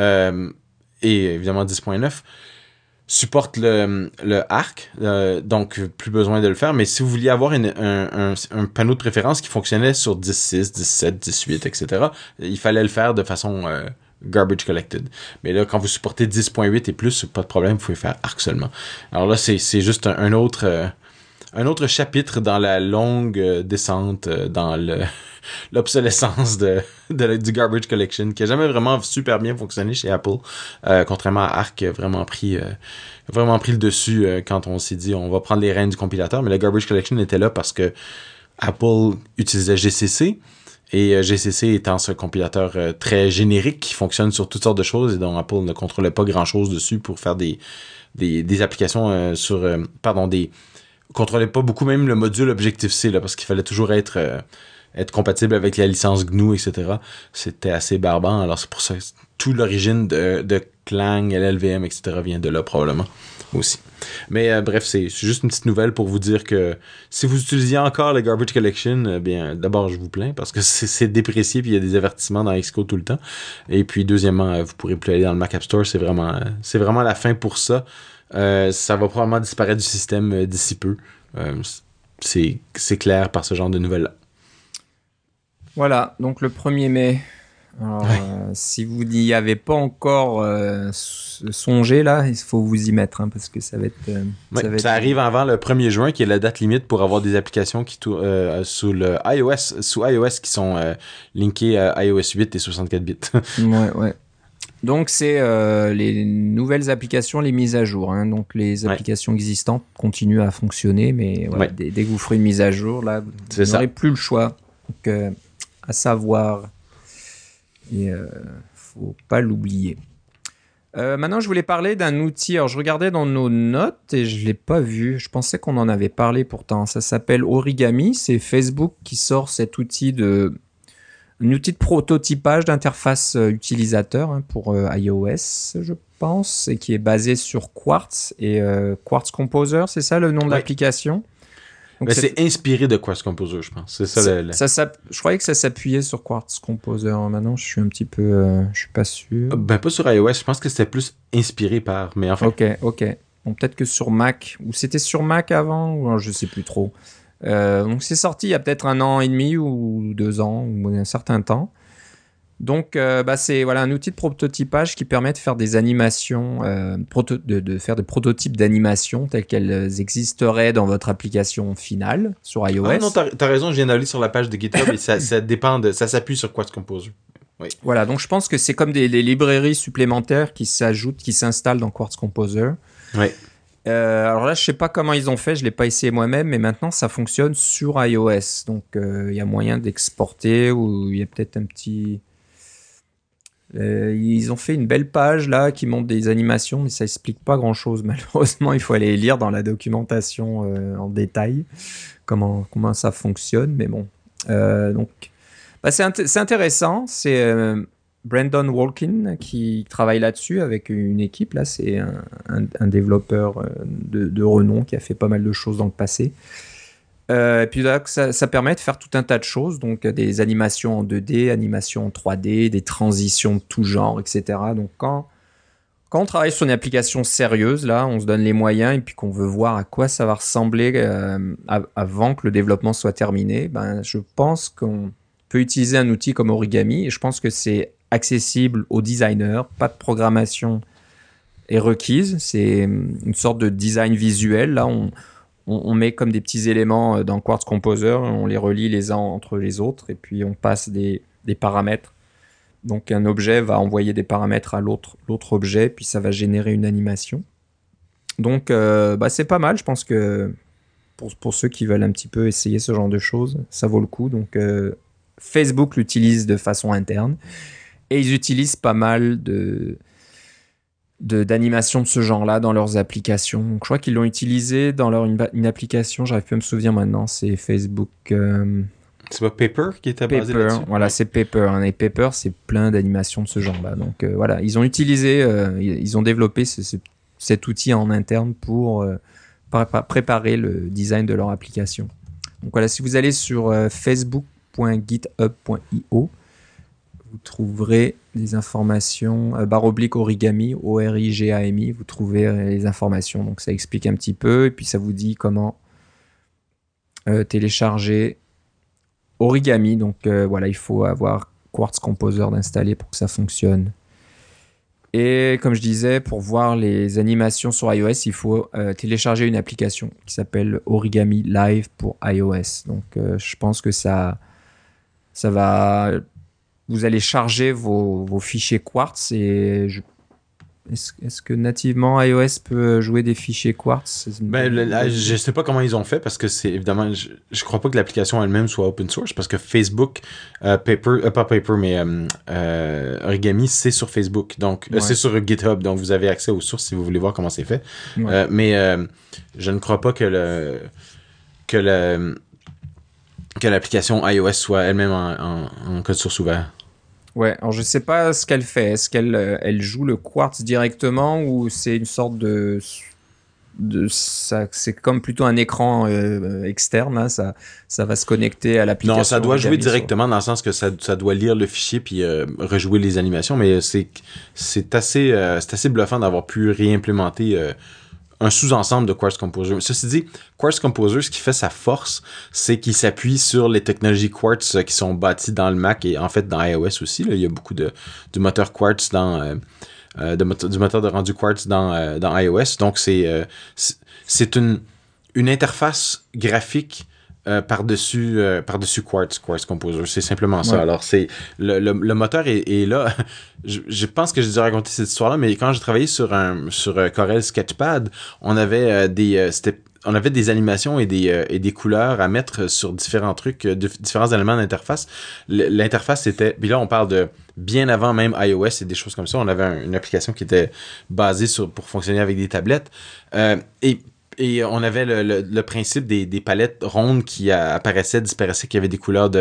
et évidemment 10.9, supporte le ARC, donc plus besoin de le faire. Mais si vous vouliez avoir un panneau de préférence qui fonctionnait sur 10.6, 17, 18, etc., il fallait le faire de façon garbage collected. Mais là, quand vous supportez 10.8 et plus, pas de problème, vous pouvez faire ARC seulement. Alors là, c'est juste un autre chapitre dans la longue descente dans l'obsolescence du Garbage Collection, qui a jamais vraiment super bien fonctionné chez Apple, contrairement à Arc, qui a vraiment pris le dessus quand on s'est dit on va prendre les rênes du compilateur. Mais le Garbage Collection était là parce que Apple utilisait GCC, et GCC étant ce compilateur très générique qui fonctionne sur toutes sortes de choses et dont Apple ne contrôlait pas grand-chose dessus pour faire des applications contrôlait pas beaucoup même le module Objective-C, là, parce qu'il fallait toujours être compatible avec la licence GNU, etc. C'était assez barbant. Alors c'est pour ça que toute l'origine de Clang, LLVM, etc. vient de là probablement. aussi. Mais bref, c'est juste une petite nouvelle pour vous dire que si vous utilisez encore le Garbage Collection, bien, d'abord, je vous plains parce que c'est déprécié puis il y a des avertissements dans Xcode tout le temps. Et puis, deuxièmement, vous pourrez plus aller dans le Mac App Store. C'est vraiment la fin pour ça. Ça va probablement disparaître du système d'ici peu. C'est clair par ce genre de nouvelles-là. Voilà, donc le 1er mai. Alors, si vous n'y avez pas encore songé, là, il faut vous y mettre, hein, parce que ça va être... ça arrive avant le 1er juin, qui est la date limite pour avoir des applications qui sous iOS qui sont linkées à iOS 8 et 64 bits. ouais. Donc, c'est les nouvelles applications, les mises à jour. Hein. Donc, les applications existantes continuent à fonctionner, mais dès que vous ferez une mise à jour, là, vous n'aurez plus le choix. Donc, à savoir... Et faut pas l'oublier. Maintenant, je voulais parler d'un outil. Alors, je regardais dans nos notes et je l'ai pas vu. Je pensais qu'on en avait parlé pourtant. Ça s'appelle Origami. C'est Facebook qui sort cet outil un outil de prototypage d'interface utilisateur pour iOS, je pense, et qui est basé sur Quartz et Quartz Composer. C'est ça le nom de l'application? Donc c'est inspiré de Quartz Composer, je pense. C'est ça. Je croyais que ça s'appuyait sur Quartz Composer. Maintenant, je suis un petit peu... je suis pas sûr. Pas sur iOS. Je pense que c'était plus inspiré par... Mais enfin... Ok. Bon, peut-être que sur Mac. Ou c'était sur Mac avant, ou je sais plus trop. Donc, c'est sorti il y a peut-être 1 an et demi ou 2 ans, ou un certain temps. Donc, c'est un outil de prototypage qui permet de faire des animations, de faire des prototypes d'animation telles qu'elles existeraient dans votre application finale sur iOS. Ah non, t'as raison, je viens d'aller sur la page de GitHub et ça s'appuie sur Quartz Composer. Oui. Voilà, donc je pense que c'est comme des librairies supplémentaires qui s'ajoutent, qui s'installent dans Quartz Composer. Oui. Alors là, je sais pas comment ils ont fait, je l'ai pas essayé moi-même, mais maintenant ça fonctionne sur iOS. Donc il y a moyen d'exporter ou il y a peut-être un petit... ils ont fait une belle page là qui montre des animations, mais ça explique pas grand chose. Malheureusement, il faut aller lire dans la documentation en détail comment ça fonctionne. Mais bon, donc c'est intéressant. C'est Brandon Walkin qui travaille là-dessus avec une équipe. Là, c'est un développeur de renom qui a fait pas mal de choses dans le passé. Et puis là, ça permet de faire tout un tas de choses, donc des animations en 2D, animations en 3D, des transitions de tout genre, etc. Donc quand on travaille sur une application sérieuse, là, on se donne les moyens et puis qu'on veut voir à quoi ça va ressembler avant que le développement soit terminé, je pense qu'on peut utiliser un outil comme Origami et je pense que c'est accessible aux designers, pas de programmation est requise, c'est une sorte de design visuel, là, on met comme des petits éléments dans Quartz Composer, on les relie les uns entre les autres et puis on passe des paramètres. Donc un objet va envoyer des paramètres à l'autre objet, puis ça va générer une animation. Donc c'est pas mal, je pense que pour ceux qui veulent un petit peu essayer ce genre de choses, ça vaut le coup. Donc Facebook l'utilise de façon interne et ils utilisent pas mal d'animation de ce genre-là dans leurs applications. Donc, je crois qu'ils l'ont utilisé dans une application, j'arrive plus à me souvenir maintenant, c'est Facebook... C'est pas Paper qui était basé là-dessus? Voilà, c'est Paper. Hein, et Paper, c'est plein d'animations de ce genre-là. Donc voilà, ils ont utilisé, ils ont développé cet outil en interne pour préparer le design de leur application. Donc voilà, si vous allez sur facebook.github.io, vous trouverez des informations, /origami, ORIGAMI, vous trouvez les informations. Donc ça explique un petit peu et puis ça vous dit comment télécharger Origami. Donc il faut avoir Quartz Composer d'installer pour que ça fonctionne. Et comme je disais, pour voir les animations sur iOS, il faut télécharger une application qui s'appelle Origami Live pour iOS. Donc je pense que ça va... Vous allez charger vos fichiers Quartz et est-ce que nativement iOS peut jouer des fichiers Quartz? Je sais pas comment ils ont fait parce que c'est évidemment, je crois pas que l'application elle-même soit open source parce que Facebook, pas Paper, mais Origami, c'est sur Facebook, donc c'est sur GitHub, donc vous avez accès aux sources si vous voulez voir comment c'est fait. Ouais. Mais je ne crois pas que l'application iOS soit elle-même en code source ouvert. Ouais, alors je sais pas ce qu'elle fait. Est-ce qu'elle joue le Quartz directement ou c'est une sorte de c'est comme plutôt un écran externe, là, ça va se connecter à l'application. Non, ça doit jouer Origami directement dans le sens que ça doit lire le fichier puis rejouer les animations, mais c'est assez bluffant d'avoir pu réimplémenter un sous-ensemble de Quartz Composer. Ceci dit, Quartz Composer, ce qui fait sa force, c'est qu'il s'appuie sur les technologies Quartz qui sont bâties dans le Mac et en fait dans iOS aussi. Là, il y a beaucoup du moteur Quartz du moteur de rendu Quartz dans iOS. Donc c'est une interface graphique par-dessus Quartz Composer. C'est simplement ça. Ouais. Alors, le moteur est là. Je pense que j'ai dû raconter cette histoire-là, mais quand j'ai travaillé sur Corel Sketchpad, on avait des animations et des couleurs à mettre sur différents trucs, différents éléments d'interface. L'interface était... Puis là, on parle de bien avant même iOS et des choses comme ça. On avait une application qui était basée pour fonctionner avec des tablettes. Et on avait le principe des palettes rondes qui apparaissaient, disparaissaient, qui avaient des couleurs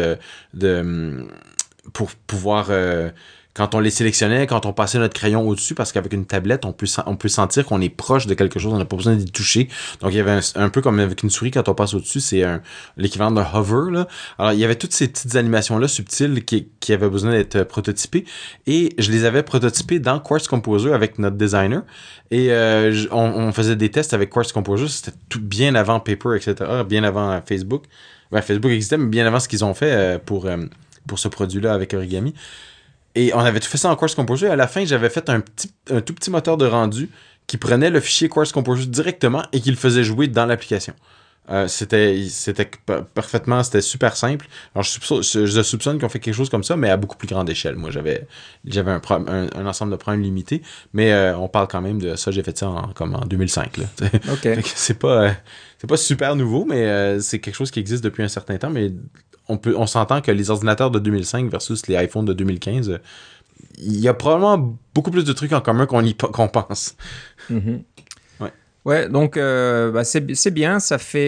pour pouvoir... quand on les sélectionnait, quand on passait notre crayon au-dessus, parce qu'avec une tablette, on peut sentir qu'on est proche de quelque chose, on n'a pas besoin d'y toucher. Donc, il y avait un peu comme avec une souris, quand on passe au-dessus, c'est l'équivalent d'un hover, là. Alors, il y avait toutes ces petites animations-là subtiles qui avaient besoin d'être prototypées. Et je les avais prototypées dans Quartz Composer avec notre designer. Et on faisait des tests avec Quartz Composer. C'était tout bien avant Paper, etc., bien avant Facebook. Ben, Facebook existait, mais bien avant ce qu'ils ont fait pour ce produit-là avec Origami. Et on avait tout fait ça en Quartz Composer. À la fin, j'avais fait un tout petit moteur de rendu qui prenait le fichier Quartz Composer directement et qui le faisait jouer dans l'application. C'était parfaitement, c'était super simple. Alors, je soupçonne qu'on fait quelque chose comme ça, mais à beaucoup plus grande échelle. Moi, j'avais un ensemble de problèmes limités, mais on parle quand même de ça. J'ai fait ça en 2005. Là. Ok. C'est pas super nouveau, mais c'est quelque chose qui existe depuis un certain temps, mais on s'entend que les ordinateurs de 2005 versus les iPhones de 2015, il y a probablement beaucoup plus de trucs en commun qu'on pense. Mm-hmm. Ouais, donc c'est bien,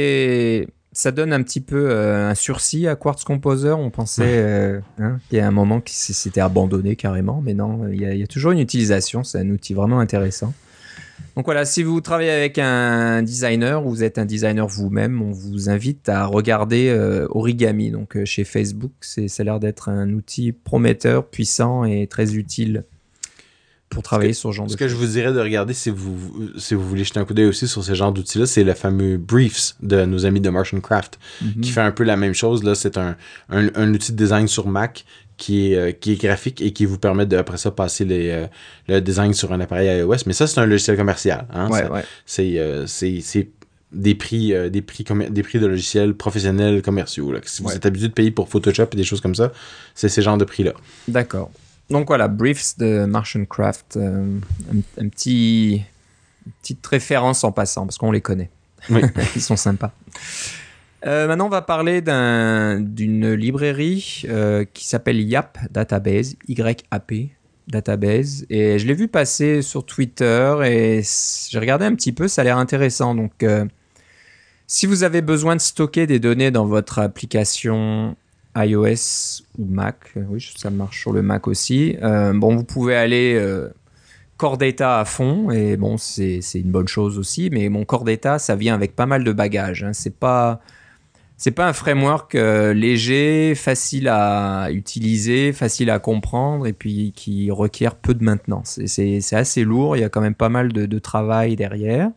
ça donne un petit peu un sursis à Quartz Composer. On pensait qu'il y a un moment qui s'était abandonné carrément, mais non, il y a toujours une utilisation. C'est un outil vraiment intéressant. Donc voilà, si vous travaillez avec un designer ou vous êtes un designer vous-même, on vous invite à regarder Origami. Donc chez Facebook, ça a l'air d'être un outil prometteur, puissant et très utile pour travailler sur ce genre de choses. Ce que je vous dirais de regarder, si vous voulez jeter un coup d'œil aussi sur ce genre d'outils-là, c'est le fameux Briefs de nos amis de Martian Craft, qui fait un peu la même chose. Là, c'est un outil de design sur Mac qui est graphique et qui vous permet de, après ça, passer le design sur un appareil iOS. Mais ça, c'est un logiciel commercial. Hein? Ouais. C'est des prix de logiciels professionnels commerciaux. Là. Si vous êtes habitué de payer pour Photoshop et des choses comme ça, c'est ces genres de prix-là. D'accord. Donc voilà, Briefs de Martian Craft, une petite référence en passant, parce qu'on les connaît. Oui. Ils sont sympas. Maintenant, on va parler d'une librairie qui s'appelle YAP Database, Y-A-P Database. Et je l'ai vu passer sur Twitter et j'ai regardé un petit peu, ça a l'air intéressant. Donc, si vous avez besoin de stocker des données dans votre application iOS ou Mac, oui, ça marche sur le Mac aussi. Vous pouvez aller Core Data à fond, et bon, c'est une bonne chose aussi, mais mon Core Data, ça vient avec pas mal de bagages. Hein. C'est pas un framework léger, facile à utiliser, facile à comprendre, et puis qui requiert peu de maintenance. C'est assez lourd, il y a quand même pas mal de travail derrière.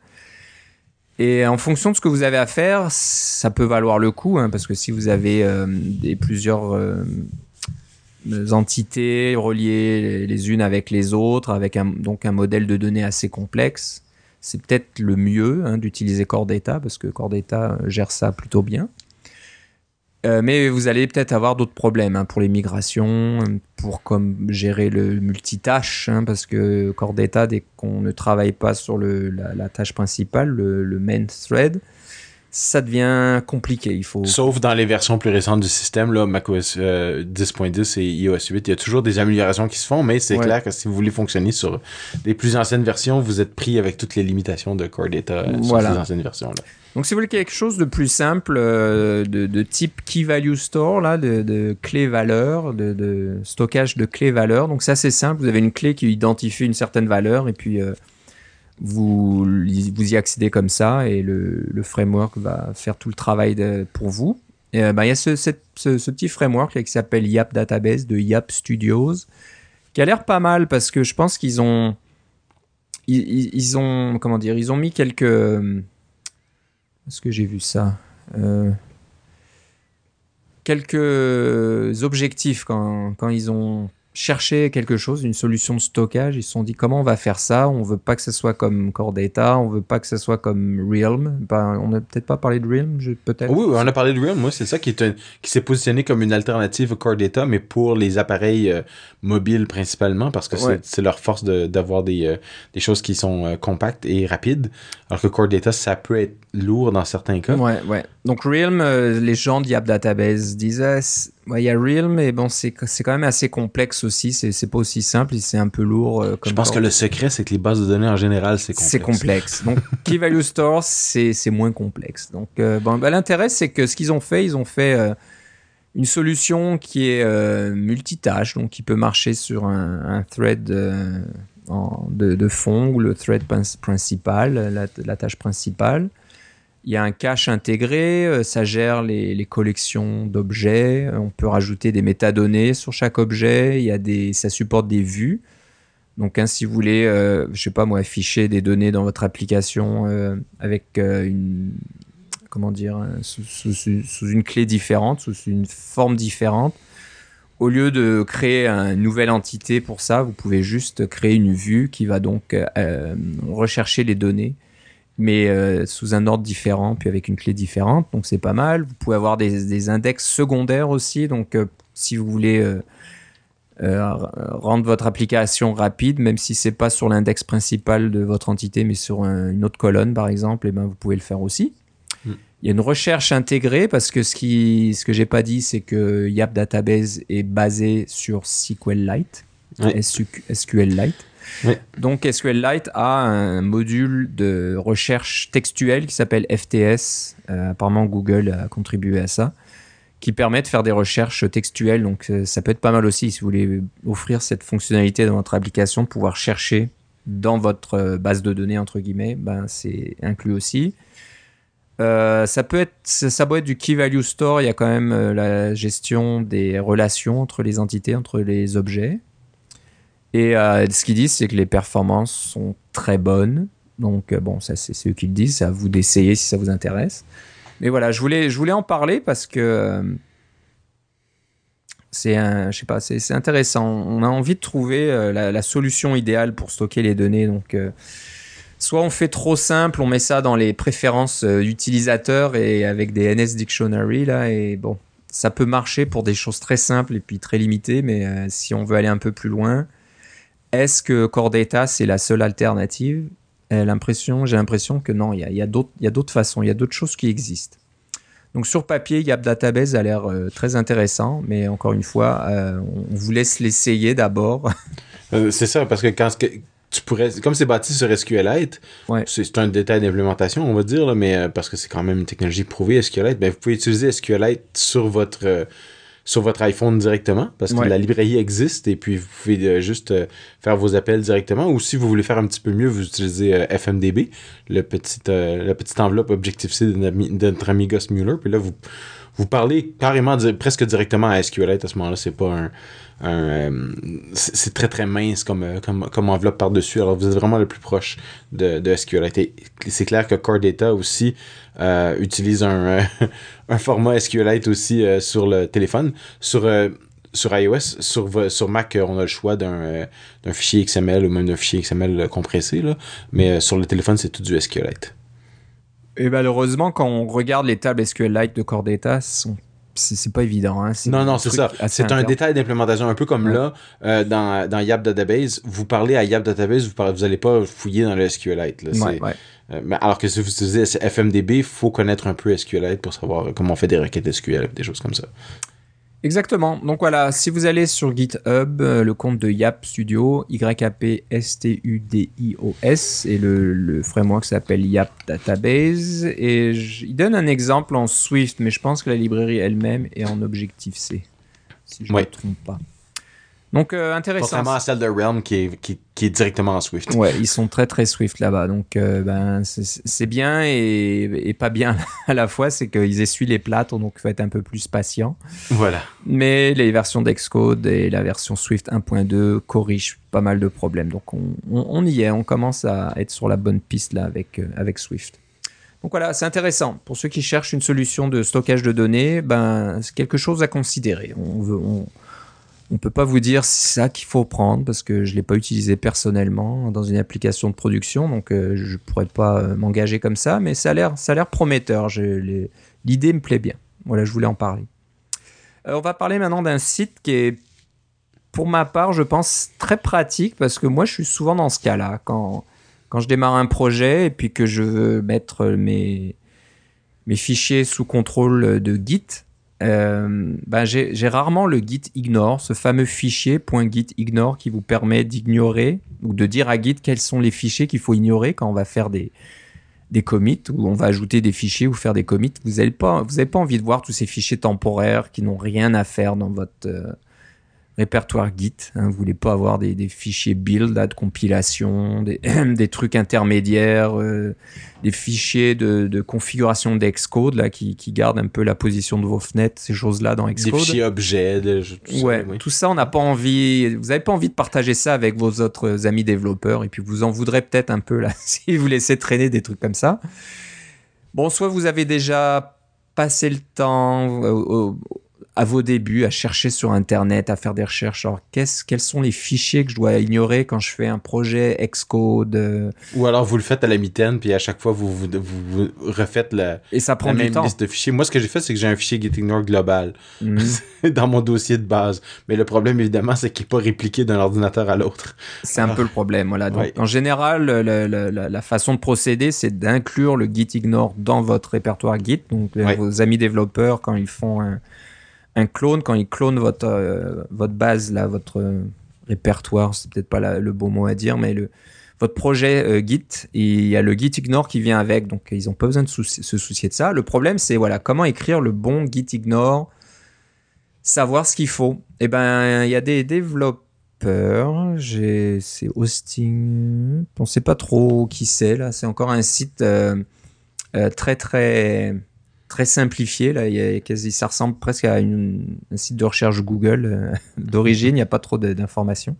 Et en fonction de ce que vous avez à faire, ça peut valoir le coup, hein, parce que si vous avez plusieurs entités reliées les unes avec les autres, avec donc un modèle de données assez complexe, c'est peut-être le mieux d'utiliser Core Data, parce que Core Data gère ça plutôt bien. Mais vous allez peut-être avoir d'autres problèmes pour les migrations, pour gérer le multitâche, parce que Core Data, dès qu'on ne travaille pas sur la tâche principale, le main thread, ça devient compliqué. Sauf dans les versions plus récentes du système, là, macOS 10.10 et iOS 8, il y a toujours des améliorations qui se font, mais c'est clair que si vous voulez fonctionner sur les plus anciennes versions, vous êtes pris avec toutes les limitations de Core Data sur ces anciennes versions-là. Donc, si vous voulez quelque chose de plus simple, de type Key Value Store, là, de clé-valeur, de stockage de clé-valeur. Donc, c'est assez simple. Vous avez une clé qui identifie une certaine valeur et puis vous y accédez comme ça et le framework va faire tout le travail pour vous. Et, il y a ce petit framework là, qui s'appelle Yap Database de Yap Studios qui a l'air pas mal parce que je pense qu'ils ont ils ont mis quelques est-ce que j'ai vu ça quelques objectifs quand ils ont cherché quelque chose, une solution de stockage. Ils se sont dit comment on va faire ça. On veut pas que ce soit comme Core Data, on veut pas que ce soit comme Realm. On n'a peut-être pas parlé de Realm, peut-être. Oui, on a parlé de Realm. Moi, c'est ça qui s'est positionné comme une alternative au Core Data, mais pour les appareils mobiles principalement, parce que c'est leur force d'avoir des choses qui sont compactes et rapides, alors que Core Data, ça peut être lourd dans certains cas. Ouais. Donc Realm, les gens d'Yap Database disaient, il y a Realm, mais bon, c'est quand même assez complexe aussi. C'est pas aussi simple, c'est un peu lourd. Je pense que le secret, c'est que les bases de données en général, c'est complexe. C'est complexe. Donc Key Value Store, c'est moins complexe. Donc l'intérêt, c'est que ce qu'ils ont fait, une solution qui est multitâche, donc qui peut marcher sur un thread de fond ou le thread principal, la tâche principale. Il y a un cache intégré, ça gère les collections d'objets, on peut rajouter des métadonnées sur chaque objet, ça supporte des vues. Donc si vous voulez, afficher des données dans votre application avec sous une clé différente, sous une forme différente, au lieu de créer une nouvelle entité pour ça, vous pouvez juste créer une vue qui va donc rechercher les données, mais sous un ordre différent, puis avec une clé différente. Donc c'est pas mal. Vous pouvez avoir des index secondaires aussi. Donc si vous voulez rendre votre application rapide, même si c'est pas sur l'index principal de votre entité, mais sur une autre colonne par exemple, vous pouvez le faire aussi. Il y a une recherche intégrée parce que ce que j'ai pas dit, c'est que Yap Database est basé sur SQLite, SQLite. Oui. Donc SQLite a un module de recherche textuelle qui s'appelle FTS. Apparemment Google a contribué à ça, qui permet de faire des recherches textuelles. Donc ça peut être pas mal aussi si vous voulez offrir cette fonctionnalité dans votre application, de pouvoir chercher dans votre base de données entre guillemets. C'est inclus aussi. Ça peut être du Key Value Store. Il y a quand même la gestion des relations entre les entités, entre les objets. Et ce qu'ils disent, c'est que les performances sont très bonnes. Donc ça c'est eux qui le disent. C'est à vous d'essayer si ça vous intéresse. Mais voilà, je voulais en parler parce que c'est intéressant. On a envie de trouver la solution idéale pour stocker les données. Donc soit on fait trop simple, on met ça dans les préférences utilisateurs et avec des NS Dictionary là, et bon, ça peut marcher pour des choses très simples et puis très limitées, mais si on veut aller un peu plus loin, est-ce que Core Data c'est la seule alternative ? J'ai l'impression que non, il y a d'autres façons, il y a d'autres choses qui existent. Donc sur papier, Yap Database a l'air très intéressant, mais encore une fois, on vous laisse l'essayer d'abord. C'est ça, parce que tu pourrais, comme c'est bâti sur SQLite, c'est un détail d'implémentation, on va dire, là, mais parce que c'est quand même une technologie prouvée, SQLite, vous pouvez utiliser SQLite sur votre iPhone directement, parce que la librairie existe, et puis vous pouvez juste faire vos appels directement, ou si vous voulez faire un petit peu mieux, vous utilisez FMDB, la petite enveloppe Objective-C de notre ami Gus Mueller, puis là, vous parlez carrément presque directement à SQLite à ce moment-là, c'est pas c'est très très mince comme enveloppe par-dessus, alors vous êtes vraiment le plus proche de SQLite. Et c'est clair que Core Data aussi utilise un format SQLite aussi sur le téléphone. Sur iOS, sur Mac, on a le choix d'un fichier XML ou même d'un fichier XML compressé, là, mais sur le téléphone, c'est tout du SQLite. Et malheureusement, quand on regarde les tables SQLite de Core Data, c'est pas évident. Hein. Non, c'est ça. C'est un détail d'implémentation, un peu comme là, dans Yap Database. Vous parlez à Yap Database, vous allez pas fouiller dans le SQLite. Là. Alors que si vous utilisez FMDB, il faut connaître un peu SQLite pour savoir comment on fait des requêtes SQL, des choses comme ça. Exactement. Donc voilà, si vous allez sur GitHub, le compte de Yap Studio, YAP STUDIOS, et le framework s'appelle Yap Database, et il donne un exemple en Swift, mais je pense que la librairie elle-même est en Objective-C, si je ne me trompe pas. Donc intéressant. Contrairement à celle de Realm qui est directement en Swift. Ouais, ils sont très très Swift là-bas. Donc c'est bien et pas bien à la fois. C'est qu'ils essuient les plates, donc il faut être un peu plus patient. Voilà. Mais les versions d'Xcode et la version Swift 1.2 corrigent pas mal de problèmes. Donc on y est, on commence à être sur la bonne piste là avec Swift. Donc voilà, c'est intéressant. Pour ceux qui cherchent une solution de stockage de données, c'est quelque chose à considérer. On peut pas vous dire c'est ça qu'il faut prendre parce que je l'ai pas utilisé personnellement dans une application de production, donc je pourrais pas m'engager comme ça, mais ça a l'air prometteur. L'idée me plaît bien. Voilà, je voulais en parler. On va parler maintenant d'un site qui est, pour ma part, je pense très pratique parce que moi je suis souvent dans ce cas-là quand je démarre un projet et puis que je veux mettre mes fichiers sous contrôle de Git. J'ai rarement le git ignore, ce fameux fichier .git ignore qui vous permet d'ignorer ou de dire à Git quels sont les fichiers qu'il faut ignorer quand on va faire des commits ou on va ajouter des fichiers ou faire des commits. Vous n'avez pas envie de voir tous ces fichiers temporaires qui n'ont rien à faire dans votre répertoire Git. Vous voulez pas avoir des fichiers build là, de compilation, des trucs intermédiaires, des fichiers de configuration d'Xcode là qui gardent un peu la position de vos fenêtres, ces choses-là dans Xcode. Des fichiers objets, tout ça, on n'a pas envie. Vous n'avez pas envie de partager ça avec vos autres amis développeurs et puis vous en voudrez peut-être un peu là si vous laissez traîner des trucs comme ça. Bon, soit vous avez déjà passé le temps à vos débuts, à chercher sur Internet, à faire des recherches. Alors, quels sont les fichiers que je dois ignorer quand je fais un projet Xcode Ou alors, vous le faites à la mitaine, puis à chaque fois, vous refaites et ça prend la du même temps. liste de fichiers. Moi, ce que j'ai fait, c'est que j'ai un fichier gitignore global dans mon dossier de base. Mais le problème, évidemment, c'est qu'il n'est pas répliqué d'un ordinateur à l'autre. C'est un peu le problème. Voilà. Donc, en général, la façon de procéder, c'est d'inclure le gitignore dans votre répertoire Git. Donc, vos amis développeurs, quand ils font un clone, quand il clone votre base, là, votre répertoire, c'est peut-être pas le bon mot à dire, mais votre projet Git, il y a le gitignore qui vient avec, donc ils n'ont pas besoin de se soucier de ça. Le problème, c'est comment écrire le bon gitignore, savoir ce qu'il faut. Eh ben, il y a des développeurs, c'est Hosting, on ne sait pas trop qui c'est, là, c'est encore un site très très très simplifié là, ça ressemble presque à un site de recherche Google d'origine, il n'y a pas trop d'informations.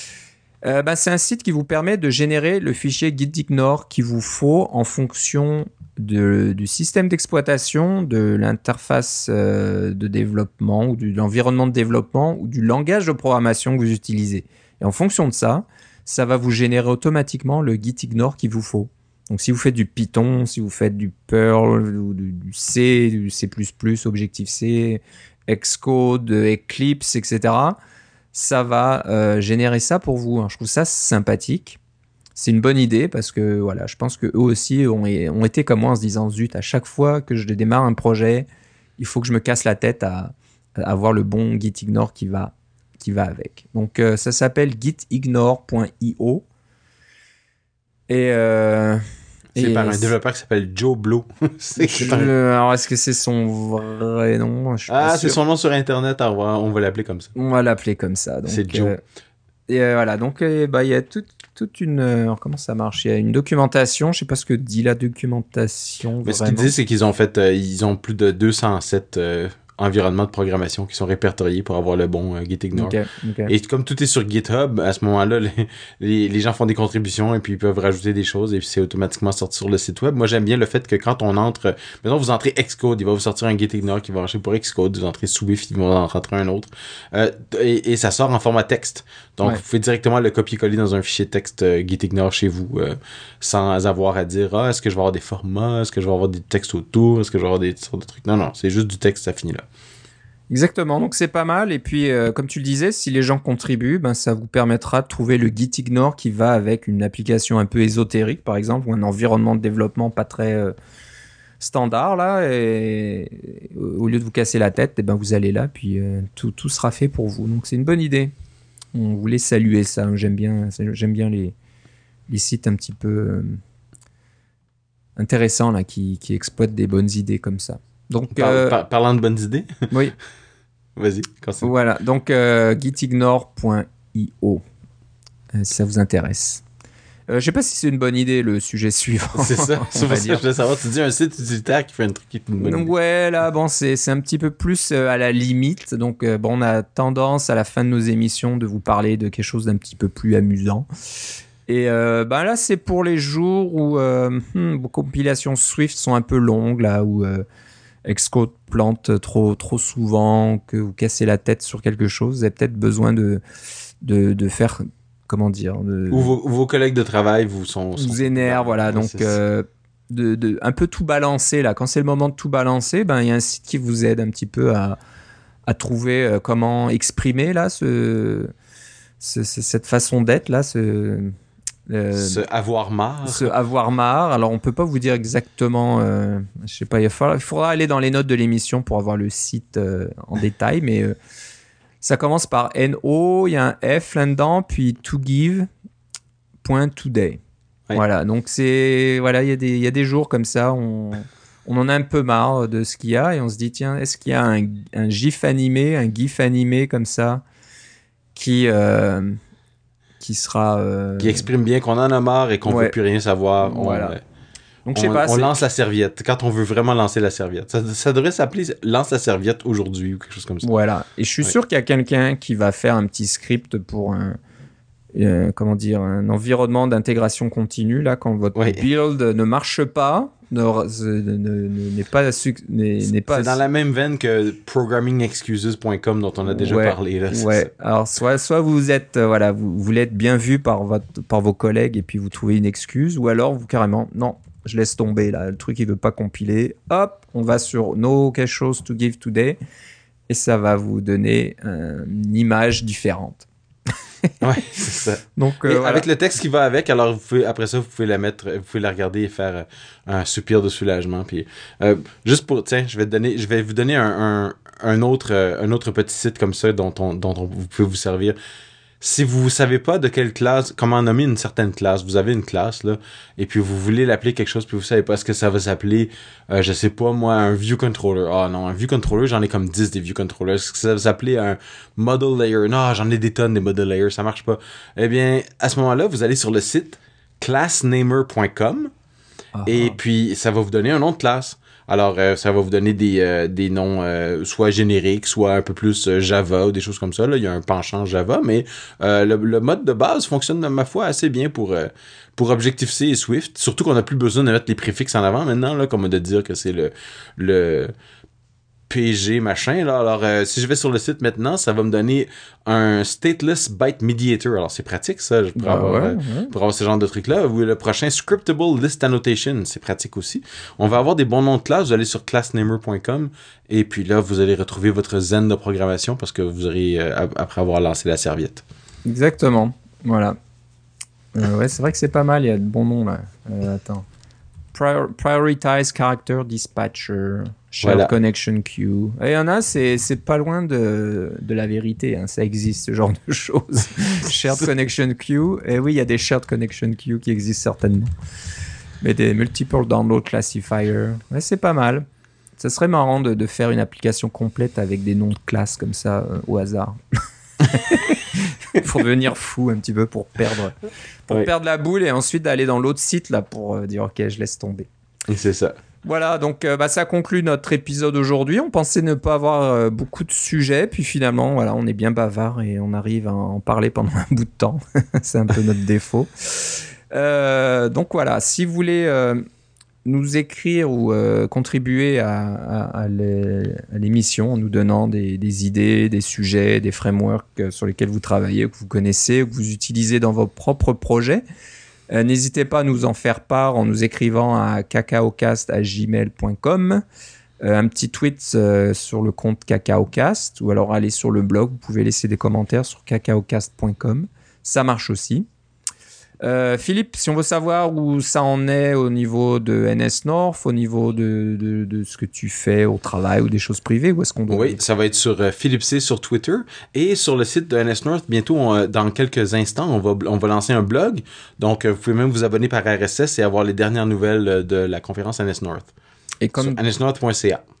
C'est un site qui vous permet de générer le fichier gitignore qu'il vous faut en fonction du système d'exploitation, de l'interface de développement ou de l'environnement de développement ou du langage de programmation que vous utilisez. Et en fonction de ça, ça va vous générer automatiquement le gitignore qu'il vous faut. Donc, si vous faites du Python, si vous faites du Perl, ou du C, du C++, Objective-C, Xcode, Eclipse, etc., ça va générer ça pour vous. Alors, je trouve ça sympathique. C'est une bonne idée parce que voilà, je pense qu'eux aussi ont été comme moi en se disant zut, à chaque fois que je démarre un projet, il faut que je me casse la tête à avoir le bon gitignore qui va avec. Donc, ça s'appelle gitignore.io. C'est par un développeur qui s'appelle Joe Blow. Alors, est-ce que c'est son vrai nom? C'est son nom sur Internet. On va l'appeler comme ça. On va l'appeler comme ça. Donc, c'est Joe. Voilà. Donc, il y a toute une... alors, comment ça marche? Il y a une documentation. Je sais pas ce que dit la documentation. Mais ce qu'ils disent, c'est qu'ils ont fait... ils ont plus de 207... environnements de programmation qui sont répertoriés pour avoir le bon gitignore. Okay. Et comme tout est sur GitHub, à ce moment-là, les gens font des contributions et puis ils peuvent rajouter des choses et puis c'est automatiquement sorti sur le site web. Moi, j'aime bien le fait que quand on entre, maintenant vous entrez Xcode, il va vous sortir un gitignore qui va marcher pour Xcode, vous entrez Swift, il va en rentrer un autre. Et ça sort en format texte. Donc, vous pouvez directement le copier-coller dans un fichier texte gitignore chez vous sans avoir à dire est-ce que je vais avoir des formats, est-ce que je vais avoir des textes autour, est-ce que je vais avoir des sortes de trucs. Non, c'est juste du texte, ça finit là. Exactement, donc c'est pas mal. Et puis, comme tu le disais, si les gens contribuent, ça vous permettra de trouver le gitignore qui va avec une application un peu ésotérique, par exemple, ou un environnement de développement pas très standard, là. Et au lieu de vous casser la tête, vous allez là, puis tout sera fait pour vous. Donc c'est une bonne idée. On voulait saluer ça. J'aime bien les sites un petit peu intéressants là, qui exploitent des bonnes idées comme ça. Donc, parlant de bonnes idées, oui. Vas-y, continue. Voilà, donc gitignore.io, si ça vous intéresse. Je sais pas si c'est une bonne idée, le sujet suivant. C'est ça, c'est pour ça que je voulais savoir. Tu dis un site utilitaire qui fait un truc qui est une bonne idée. Ouais, là, bon, c'est un petit peu plus à la limite. Donc, bon, on a tendance à la fin de nos émissions de vous parler de quelque chose d'un petit peu plus amusant. Et là, c'est pour les jours où vos compilations Swift sont un peu longues, là, où Xcode plante trop souvent, que vous cassez la tête sur quelque chose. Vous avez peut-être besoin de faire... Comment dire Ou vos collègues de travail vous énervent, voilà. Donc, un peu tout balancer, là. Quand c'est le moment de tout balancer, il y a un site qui vous aide un petit peu à trouver comment exprimer, là, cette façon d'être, là, se avoir marre. Se avoir marre. Alors, on peut pas vous dire exactement, je sais pas, il faudra aller dans les notes de l'émission pour avoir le site en détail, mais... ça commence par NO, il y a un F là-dedans, puis togive.today. Ouais. Voilà, donc il y a des jours comme ça, on en a un peu marre de ce qu'il y a et on se dit, tiens, est-ce qu'il y a un GIF animé, un GIF animé comme ça qui sera... qui exprime bien qu'on en a marre et qu'on ne veut plus rien savoir. Voilà. Donc, on lance la serviette quand on veut vraiment lancer la serviette. Ça devrait s'appeler lance la serviette aujourd'hui ou quelque chose comme ça. Voilà. Et je suis sûr qu'il y a quelqu'un qui va faire un petit script pour un environnement d'intégration continue là quand votre build ne marche pas, n'est pas. C'est dans la même veine que programmingexcuses.com dont on a déjà parlé là. Ouais. Alors soit vous êtes vous voulez être bien vu par vos collègues et puis vous trouvez une excuse, ou alors vous carrément non. Je laisse tomber là, le truc il veut pas compiler. Hop, on va sur no quelque chose to give today et ça va vous donner une image différente. Ouais, c'est ça. Donc avec le texte qui va avec, alors après ça vous pouvez la regarder et faire un soupir de soulagement. Puis juste pour, je vais vous donner un autre petit site comme ça dont vous pouvez vous servir. Si vous savez pas de quelle classe, comment nommer une certaine classe, vous avez une classe, là, et puis vous voulez l'appeler quelque chose, puis vous savez pas ce que ça va s'appeler, je sais pas, moi, un view controller. Ah non, un view controller, j'en ai comme 10 des view controllers. Est-ce que ça va s'appeler un model layer? Non, j'en ai des tonnes des model layers, ça marche pas. Eh bien, à ce moment-là, vous allez sur le site classnamer.com et puis ça va vous donner un nom de classe. Alors, ça va vous donner des noms soit génériques, soit un peu plus Java ou des choses comme ça. Là, il y a un penchant Java, mais le mode de base fonctionne, de ma foi, assez bien pour Objective-C et Swift. Surtout qu'on n'a plus besoin de mettre les préfixes en avant maintenant, là, comme de dire que c'est le PG machin. Là. Alors, si je vais sur le site maintenant, ça va me donner un stateless byte mediator. Alors, c'est pratique, ça, pour avoir ce genre de truc-là. Ou le prochain scriptable list annotation, c'est pratique aussi. On va avoir des bons noms de classe. Vous allez sur classnamer.com et puis là, vous allez retrouver votre zen de programmation parce que vous aurez, après avoir lancé la serviette. Exactement. Voilà. C'est vrai que c'est pas mal. Il y a de bons noms, là. Attends. Prioritize Character Dispatcher, Shared Connection Queue. Et il y en a, c'est pas loin de la vérité, hein. Ça existe, ce genre de choses. Shared Connection Queue. Et oui, il y a des Shared Connection Queue qui existent certainement. Mais des Multiple Download Classifier. Ouais, c'est pas mal. Ça serait marrant de faire une application complète avec des noms de classes comme ça, au hasard. Pour devenir fou un petit peu, pour perdre la boule et ensuite d'aller dans l'autre site là pour dire ok, je laisse tomber. Et c'est ça. Voilà, donc ça conclut notre épisode aujourd'hui. On pensait ne pas avoir beaucoup de sujets, puis finalement voilà, on est bien bavard et on arrive à en parler pendant un bout de temps. C'est un peu notre défaut. Donc voilà, si vous voulez nous écrire ou contribuer à l'émission en nous donnant des idées, des sujets, des frameworks sur lesquels vous travaillez, que vous connaissez, que vous utilisez dans vos propres projets, n'hésitez pas à nous en faire part en nous écrivant à cacaocast@gmail.com, un petit tweet sur le compte cacaocast, ou alors aller sur le blog, vous pouvez laisser des commentaires sur cacaocast.com, ça marche aussi. Philippe, si on veut savoir où ça en est au niveau de NS North, au niveau de ce que tu fais au travail ou des choses privées, où est-ce qu'on doit... Oui, ça va être sur Philippe C sur Twitter et sur le site de NS North. Bientôt, dans quelques instants, on va lancer un blog. Donc, vous pouvez même vous abonner par RSS et avoir les dernières nouvelles de la conférence NS North. Et comme... sur nsnorth.ca.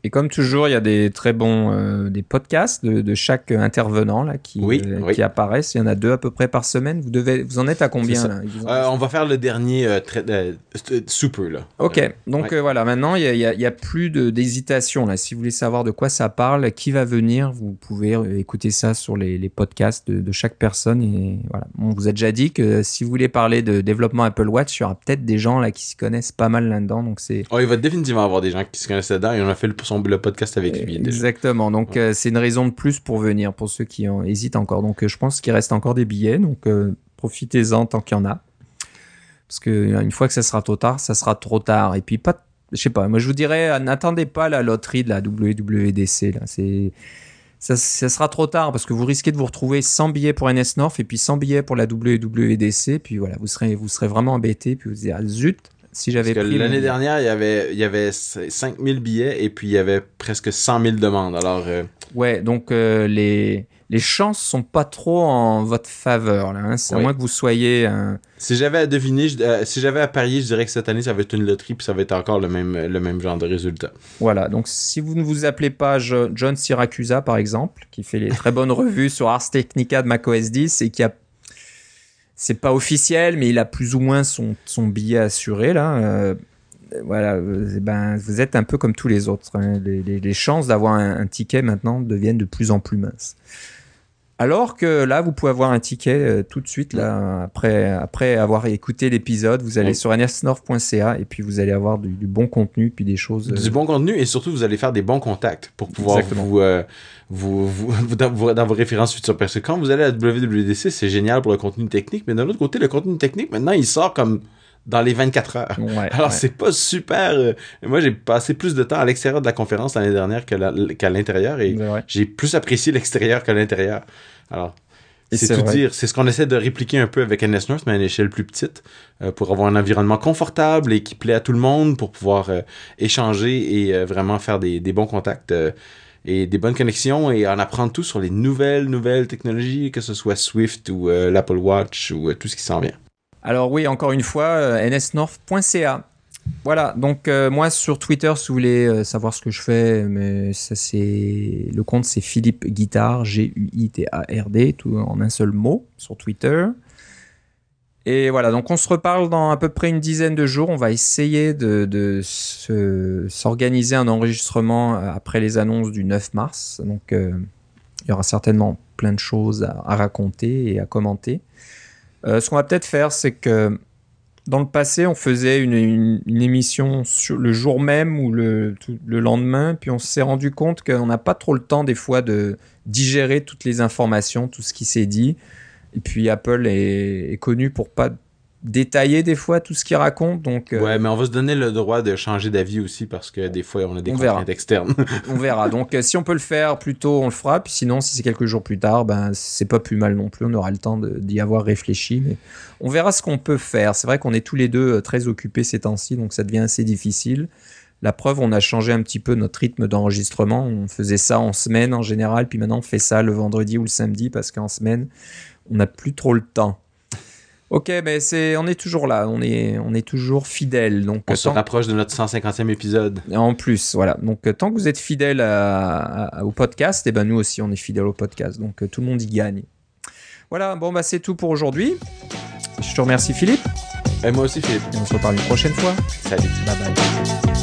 Et comme toujours, il y a des très bons des podcasts de chaque intervenant là, qui apparaissent. Il y en a 2 à peu près par semaine. Vous en êtes à combien là? On va faire le dernier sous peu. Là. Ok, donc voilà, maintenant, il y a plus d'hésitation. Là. Si vous voulez savoir de quoi ça parle, qui va venir, vous pouvez écouter ça sur les podcasts de chaque personne. Et voilà. On vous a déjà dit que si vous voulez parler de développement Apple Watch, il y aura peut-être des gens là qui s'y connaissent pas mal là-dedans. Donc il va définitivement avoir des gens qui se connaissent là-dedans et on a fait le podcast avec lui. Exactement, donc c'est une raison de plus pour venir, pour ceux qui hésitent encore. Donc je pense qu'il reste encore des billets, donc profitez-en tant qu'il y en a. Parce qu'une fois que ça sera trop tard, ça sera trop tard. Et puis, je sais pas, moi je vous dirais, n'attendez pas la loterie de la WWDC. Là. Ça sera trop tard parce que vous risquez de vous retrouver sans billets pour NS North et puis sans billets pour la WWDC. Puis voilà, vous serez vraiment embêté. Puis vous direz, ah, zut! Si j'avais pris l'année dernière, il y avait 5000 billets et puis il y avait presque 100 000 demandes. Alors, ouais, donc les chances sont pas trop en votre faveur. Là, hein. C'est à moins que vous soyez... Si j'avais à deviner, si j'avais à parier, je dirais que cette année, ça va être une loterie puis ça va être encore le même genre de résultat. Voilà, donc si vous ne vous appelez pas John Siracusa, par exemple, qui fait les très bonnes revues sur Ars Technica de macOS 10 et qui a... C'est pas officiel, mais il a plus ou moins son billet assuré, là. Voilà, vous êtes un peu comme tous les autres. Hein. Les chances d'avoir un ticket maintenant deviennent de plus en plus minces. Alors que là, vous pouvez avoir un ticket tout de suite, là, après avoir écouté l'épisode. Vous allez sur nsnorth.ca et puis vous allez avoir du bon contenu, puis des choses... Du bon contenu et surtout, vous allez faire des bons contacts pour pouvoir dans vos références futures. Parce que quand vous allez à la WWDC, c'est génial pour le contenu technique, mais d'un autre côté, le contenu technique, maintenant, il sort comme... dans les 24 heures. Alors, c'est pas super... Moi, j'ai passé plus de temps à l'extérieur de la conférence l'année dernière qu'à l'intérieur et j'ai plus apprécié l'extérieur qu'à l'intérieur. Alors, c'est tout dire. C'est ce qu'on essaie de répliquer un peu avec NS North, mais à une échelle plus petite, pour avoir un environnement confortable et qui plaît à tout le monde, pour pouvoir échanger et vraiment faire des bons contacts et des bonnes connexions et en apprendre tout sur les nouvelles technologies, que ce soit Swift ou l'Apple Watch ou tout ce qui s'en vient. Alors oui, encore une fois, nsnorth.ca. Voilà, donc moi sur Twitter, si vous voulez savoir ce que je fais, mais ça le compte c'est Philippe Guitard, Guitard, tout en un seul mot sur Twitter. Et voilà, donc on se reparle dans à peu près une dizaine de jours. On va essayer de s'organiser un enregistrement après les annonces du 9 mars. Donc il y aura certainement plein de choses à raconter et à commenter. Ce qu'on va peut-être faire, c'est que dans le passé, on faisait une émission le jour même ou le lendemain, puis on s'est rendu compte qu'on n'a pas trop le temps des fois de digérer toutes les informations, tout ce qui s'est dit. Et puis Apple est connu pour pas détailler des fois tout ce qu'il raconte. Donc, ouais, mais on va se donner le droit de changer d'avis aussi parce que des fois, on a des contraintes externes. On verra. Donc, si on peut le faire plus tôt, on le fera. Puis sinon, si c'est quelques jours plus tard, c'est pas plus mal non plus. On aura le temps d'y avoir réfléchi. Mais on verra ce qu'on peut faire. C'est vrai qu'on est tous les deux très occupés ces temps-ci, donc ça devient assez difficile. La preuve, on a changé un petit peu notre rythme d'enregistrement. On faisait ça en semaine en général, puis maintenant on fait ça le vendredi ou le samedi parce qu'en semaine, on n'a plus trop le temps. Ok, mais on est toujours là, on est toujours fidèles. Donc, on se rapproche de notre 150e épisode. En plus, voilà. Donc, tant que vous êtes fidèles au podcast, et ben nous aussi, on est fidèles au podcast. Donc, tout le monde y gagne. Voilà, bon, c'est tout pour aujourd'hui. Je te remercie, Philippe. Et moi aussi, Philippe. Et on se reparle une prochaine fois. Salut. Bye bye.